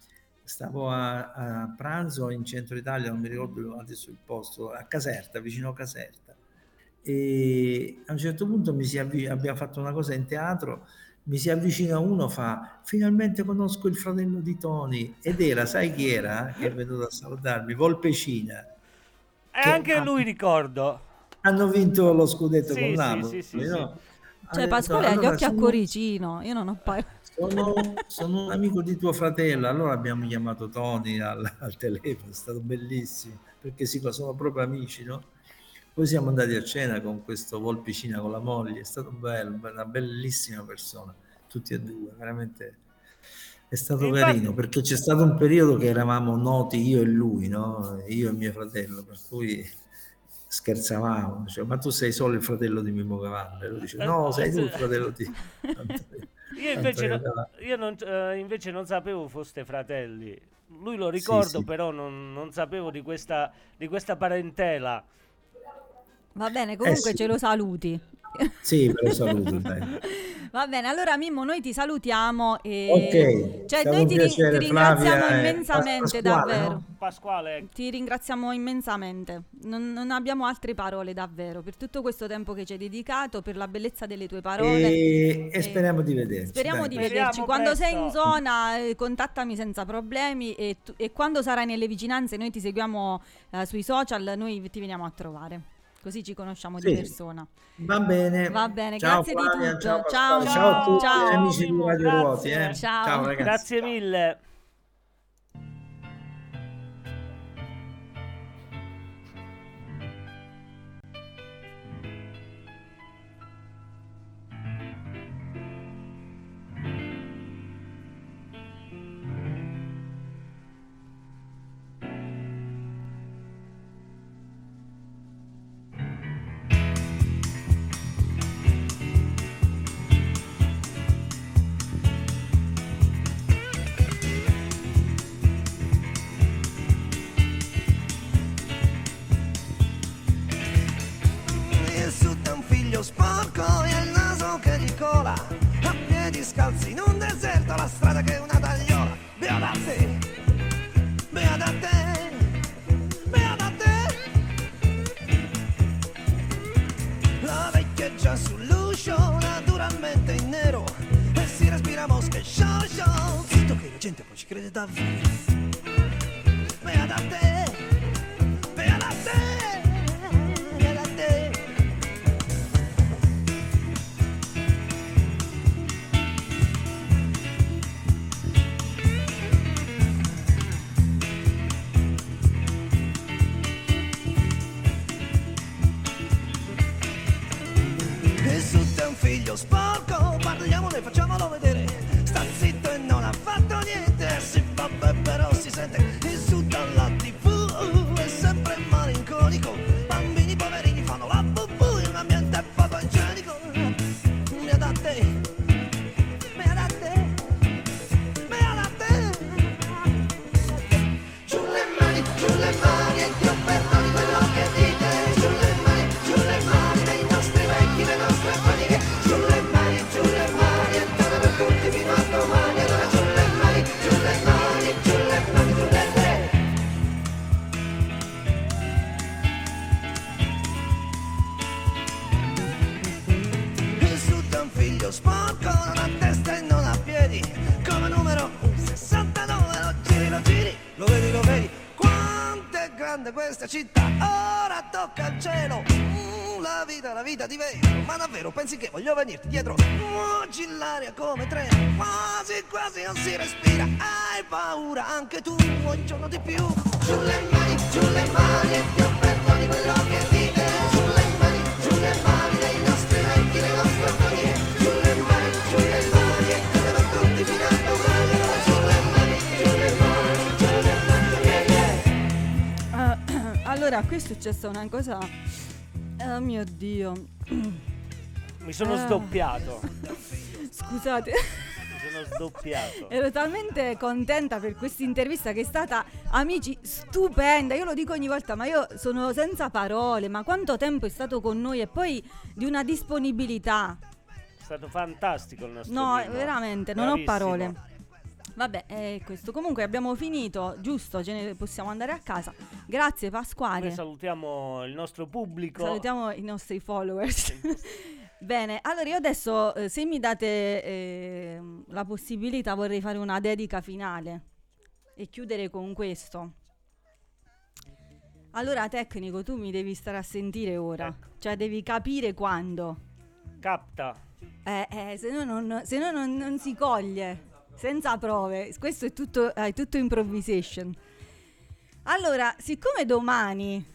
pranzo in centro Italia, non mi ricordo adesso il posto, a Caserta, vicino a Caserta. E a un certo punto abbiamo fatto una cosa in teatro, mi si avvicina uno, fa: finalmente conosco il fratello di Tony, ed era, sai chi era? Che è venuto a salutarmi, Volpecina. E anche lui ricordo. Hanno vinto lo scudetto con Napoli. Sì. No? Cioè Pasquale ha gli occhi a cuoricino, io non ho sono un amico di tuo fratello, allora abbiamo chiamato Tony al telefono, è stato bellissimo, perché sono proprio amici, no? Poi siamo andati a cena con questo Volpicina, con la moglie, è stato bello, una bellissima persona, tutti e due, veramente è stato carino, perché c'è stato un periodo che eravamo noti io e lui, no? Io e mio fratello, per cui scherzavamo, diceva: ma tu sei solo il fratello di Mimmo Cavallo? E lui dice: no, sei tu il fratello di io invece non sapevo foste fratelli. Lui lo ricordo, sì. Però non sapevo di questa parentela. Va bene, comunque sì. Ce lo saluti. Sì, me lo saluto, dai. Va bene, allora Mimmo, noi ti salutiamo e ok, cioè, noi ti ringraziamo immensamente, Pasquale, davvero. No? Pasquale. Ti ringraziamo immensamente. Non abbiamo altre parole, davvero, per tutto questo tempo che ci hai dedicato, per la bellezza delle tue parole. E speriamo di vederci. Speriamo di vederci. Quando sei in zona, contattami senza problemi e quando sarai nelle vicinanze, noi ti seguiamo sui social, noi ti veniamo a trovare. Così ci conosciamo di persona. Va bene. Ciao, grazie Flavia, di tutto. Ciao a tutti gli amici di Radio Ruoti. Ciao ragazzi. Grazie mille. sporco e il naso che gli cola, a piedi scalzi in un deserto, la strada che è una tagliola. Beata te, beata te, beata te. La vecchia è già sull'uscio, naturalmente in nero, e si respira mosche show show. Zitto che la gente poi ci crede davvero. Beata te, beata te, beata te. Gesù è un figlio sporco, parliamone, facciamolo vedere. Sta zitto e non ha fatto niente, sì vabbè però si sente. Gesù dalla TV è sempre malinconico, bambini poverini fanno la bubu in un ambiente fotogenico. Beata te, beata te, beata te. Giù le mani e Dio perdoni quello che dite. Giù le mani dei nostri vecchi, le nostre fatiche. Giù le mani e torna per tutti fino a domani. Allora giù le mani, giù le mani, giù le mani, giù le mani. Gesù è un figlio sporco, non ha testa e non ha piedi, come numero 69, lo giri, lo vedi, quanto è grande questa città, ora tocca al cielo. La vita di vero, ma davvero pensi che voglio venirti dietro? Oggi l'aria come treno, quasi non si respira, hai paura anche tu, un giorno di più. Giù le mani e Dio perdoni quello che dite. Giù le mani dei nostri vecchi, le nostre famiglie. Giù le mani e torna per tutti fino a domani. Giù le mani, yeah, yeah. Allora, qui è successa una cosa. Oh mio Dio. Mi sono sdoppiato. Scusate. Mi sono sdoppiato. Ero talmente contenta per questa intervista che è stata, amici, stupenda. Io lo dico ogni volta, ma io sono senza parole. Ma quanto tempo è stato con noi e poi di una disponibilità. È stato fantastico il nostro No, Mimmo. veramente, non ho parole. Vabbè, è questo. Comunque abbiamo finito, giusto? Ce ne possiamo andare a casa. Grazie Pasquale. Noi salutiamo il nostro pubblico. Salutiamo i nostri followers. Bene, allora io adesso, se mi date la possibilità, vorrei fare una dedica finale e chiudere con questo. Allora, tecnico, tu mi devi stare a sentire ora. Ecco. Cioè, devi capire quando. Capta. Se no non si coglie. Senza prove. Questo è tutto improvisation. Allora, siccome domani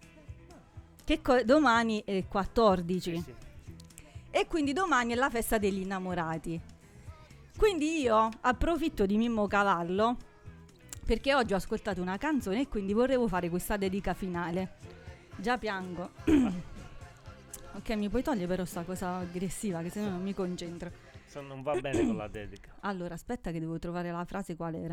domani è il 14 Sì. e quindi domani è la festa degli innamorati. Quindi io approfitto di Mimmo Cavallo perché oggi ho ascoltato una canzone e quindi vorrevo fare questa dedica finale. Già piango. Ok, mi puoi togliere però sta cosa aggressiva che se no non mi concentro. Non va bene con la dedica. Allora, aspetta che devo trovare la frase qual era.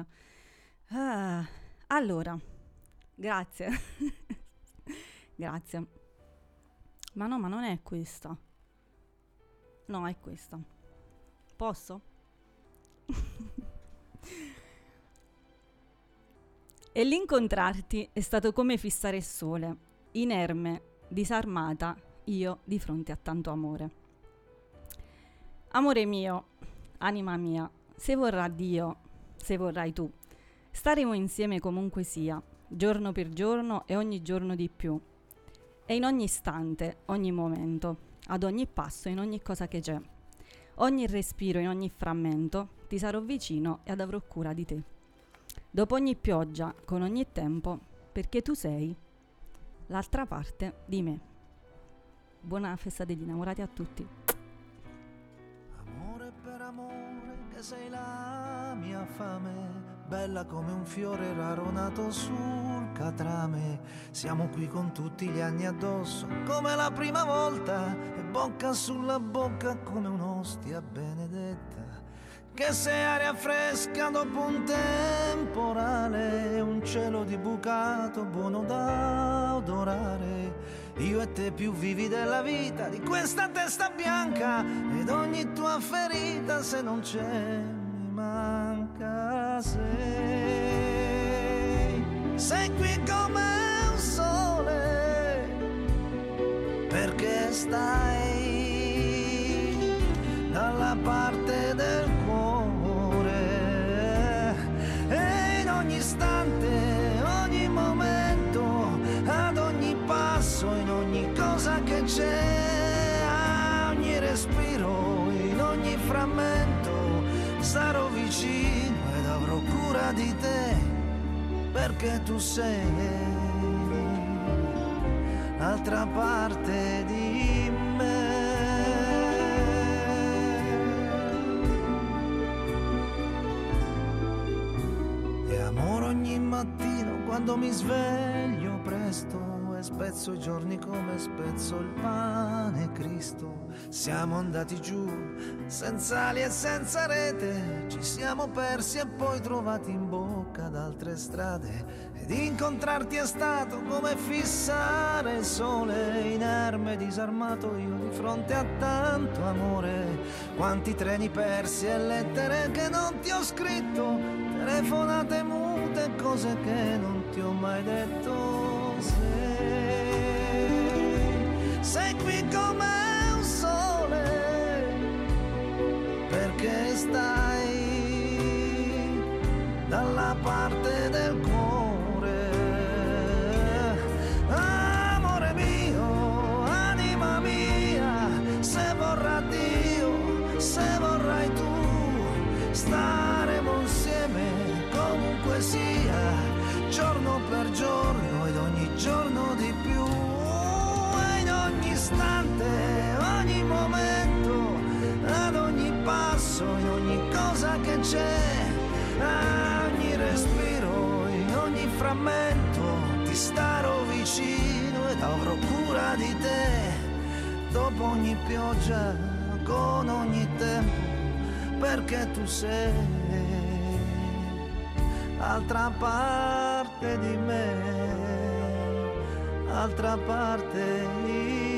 Allora, grazie. Grazie. Ma non è questa. No, è questa. Posso? E l'incontrarti è stato come fissare il sole, inerme, disarmata, io di fronte a tanto amore. Amore mio, anima mia, se vorrà Dio, se vorrai tu, staremo insieme comunque sia, giorno per giorno e ogni giorno di più. E in ogni istante, ogni momento, ad ogni passo, in ogni cosa che c'è, ogni respiro, in ogni frammento, ti sarò vicino e avrò cura di te. Dopo ogni pioggia, con ogni tempo, perché tu sei l'altra parte di me. Buona festa degli innamorati a tutti. Amore per amore, che sei la mia fame, bella come un fiore raro nato sul catrame. Siamo qui con tutti gli anni addosso, come la prima volta, e bocca sulla bocca come un'ostia benedetta. che se aria fresca dopo un temporale, un cielo di bucato buono da odorare. Io e te più vivi della vita, di questa testa bianca, ed ogni tua ferita se non c'è mi manca. Sei qui come un sole, perché stai dalla parte del cuore, e in ogni istante, ogni momento, ad ogni passo, in ogni cosa che c'è, a ogni respiro, in ogni frammento, sarò vicino ed avrò cura di te, perché tu sei l'altra parte di me. E amore ogni mattino quando mi sveglio presto, e spezzo i giorni come spezzo il pane Cristo. Siamo andati giù senza ali e senza rete, ci siamo persi e poi trovati in bocca ad altre strade, ed incontrarti è stato come fissare il sole, inerme disarmato io di fronte a tanto amore. Quanti treni persi e lettere che non ti ho scritto, telefonate mute, cose che non ti ho mai detto. Sei qui come un sole, perché stai dalla parte del cuore. Amore mio, anima mia, se vorrà Dio, se vorrai tu, staremo insieme comunque sia, giorno per giorno ed ogni giorno di più. Ogni istante, ogni momento, ad ogni passo, in ogni cosa che c'è, a ogni respiro, in ogni frammento, ti starò vicino ed avrò cura di te, dopo ogni pioggia, con ogni tempo, perché tu sei l'altra parte di me, altra parte di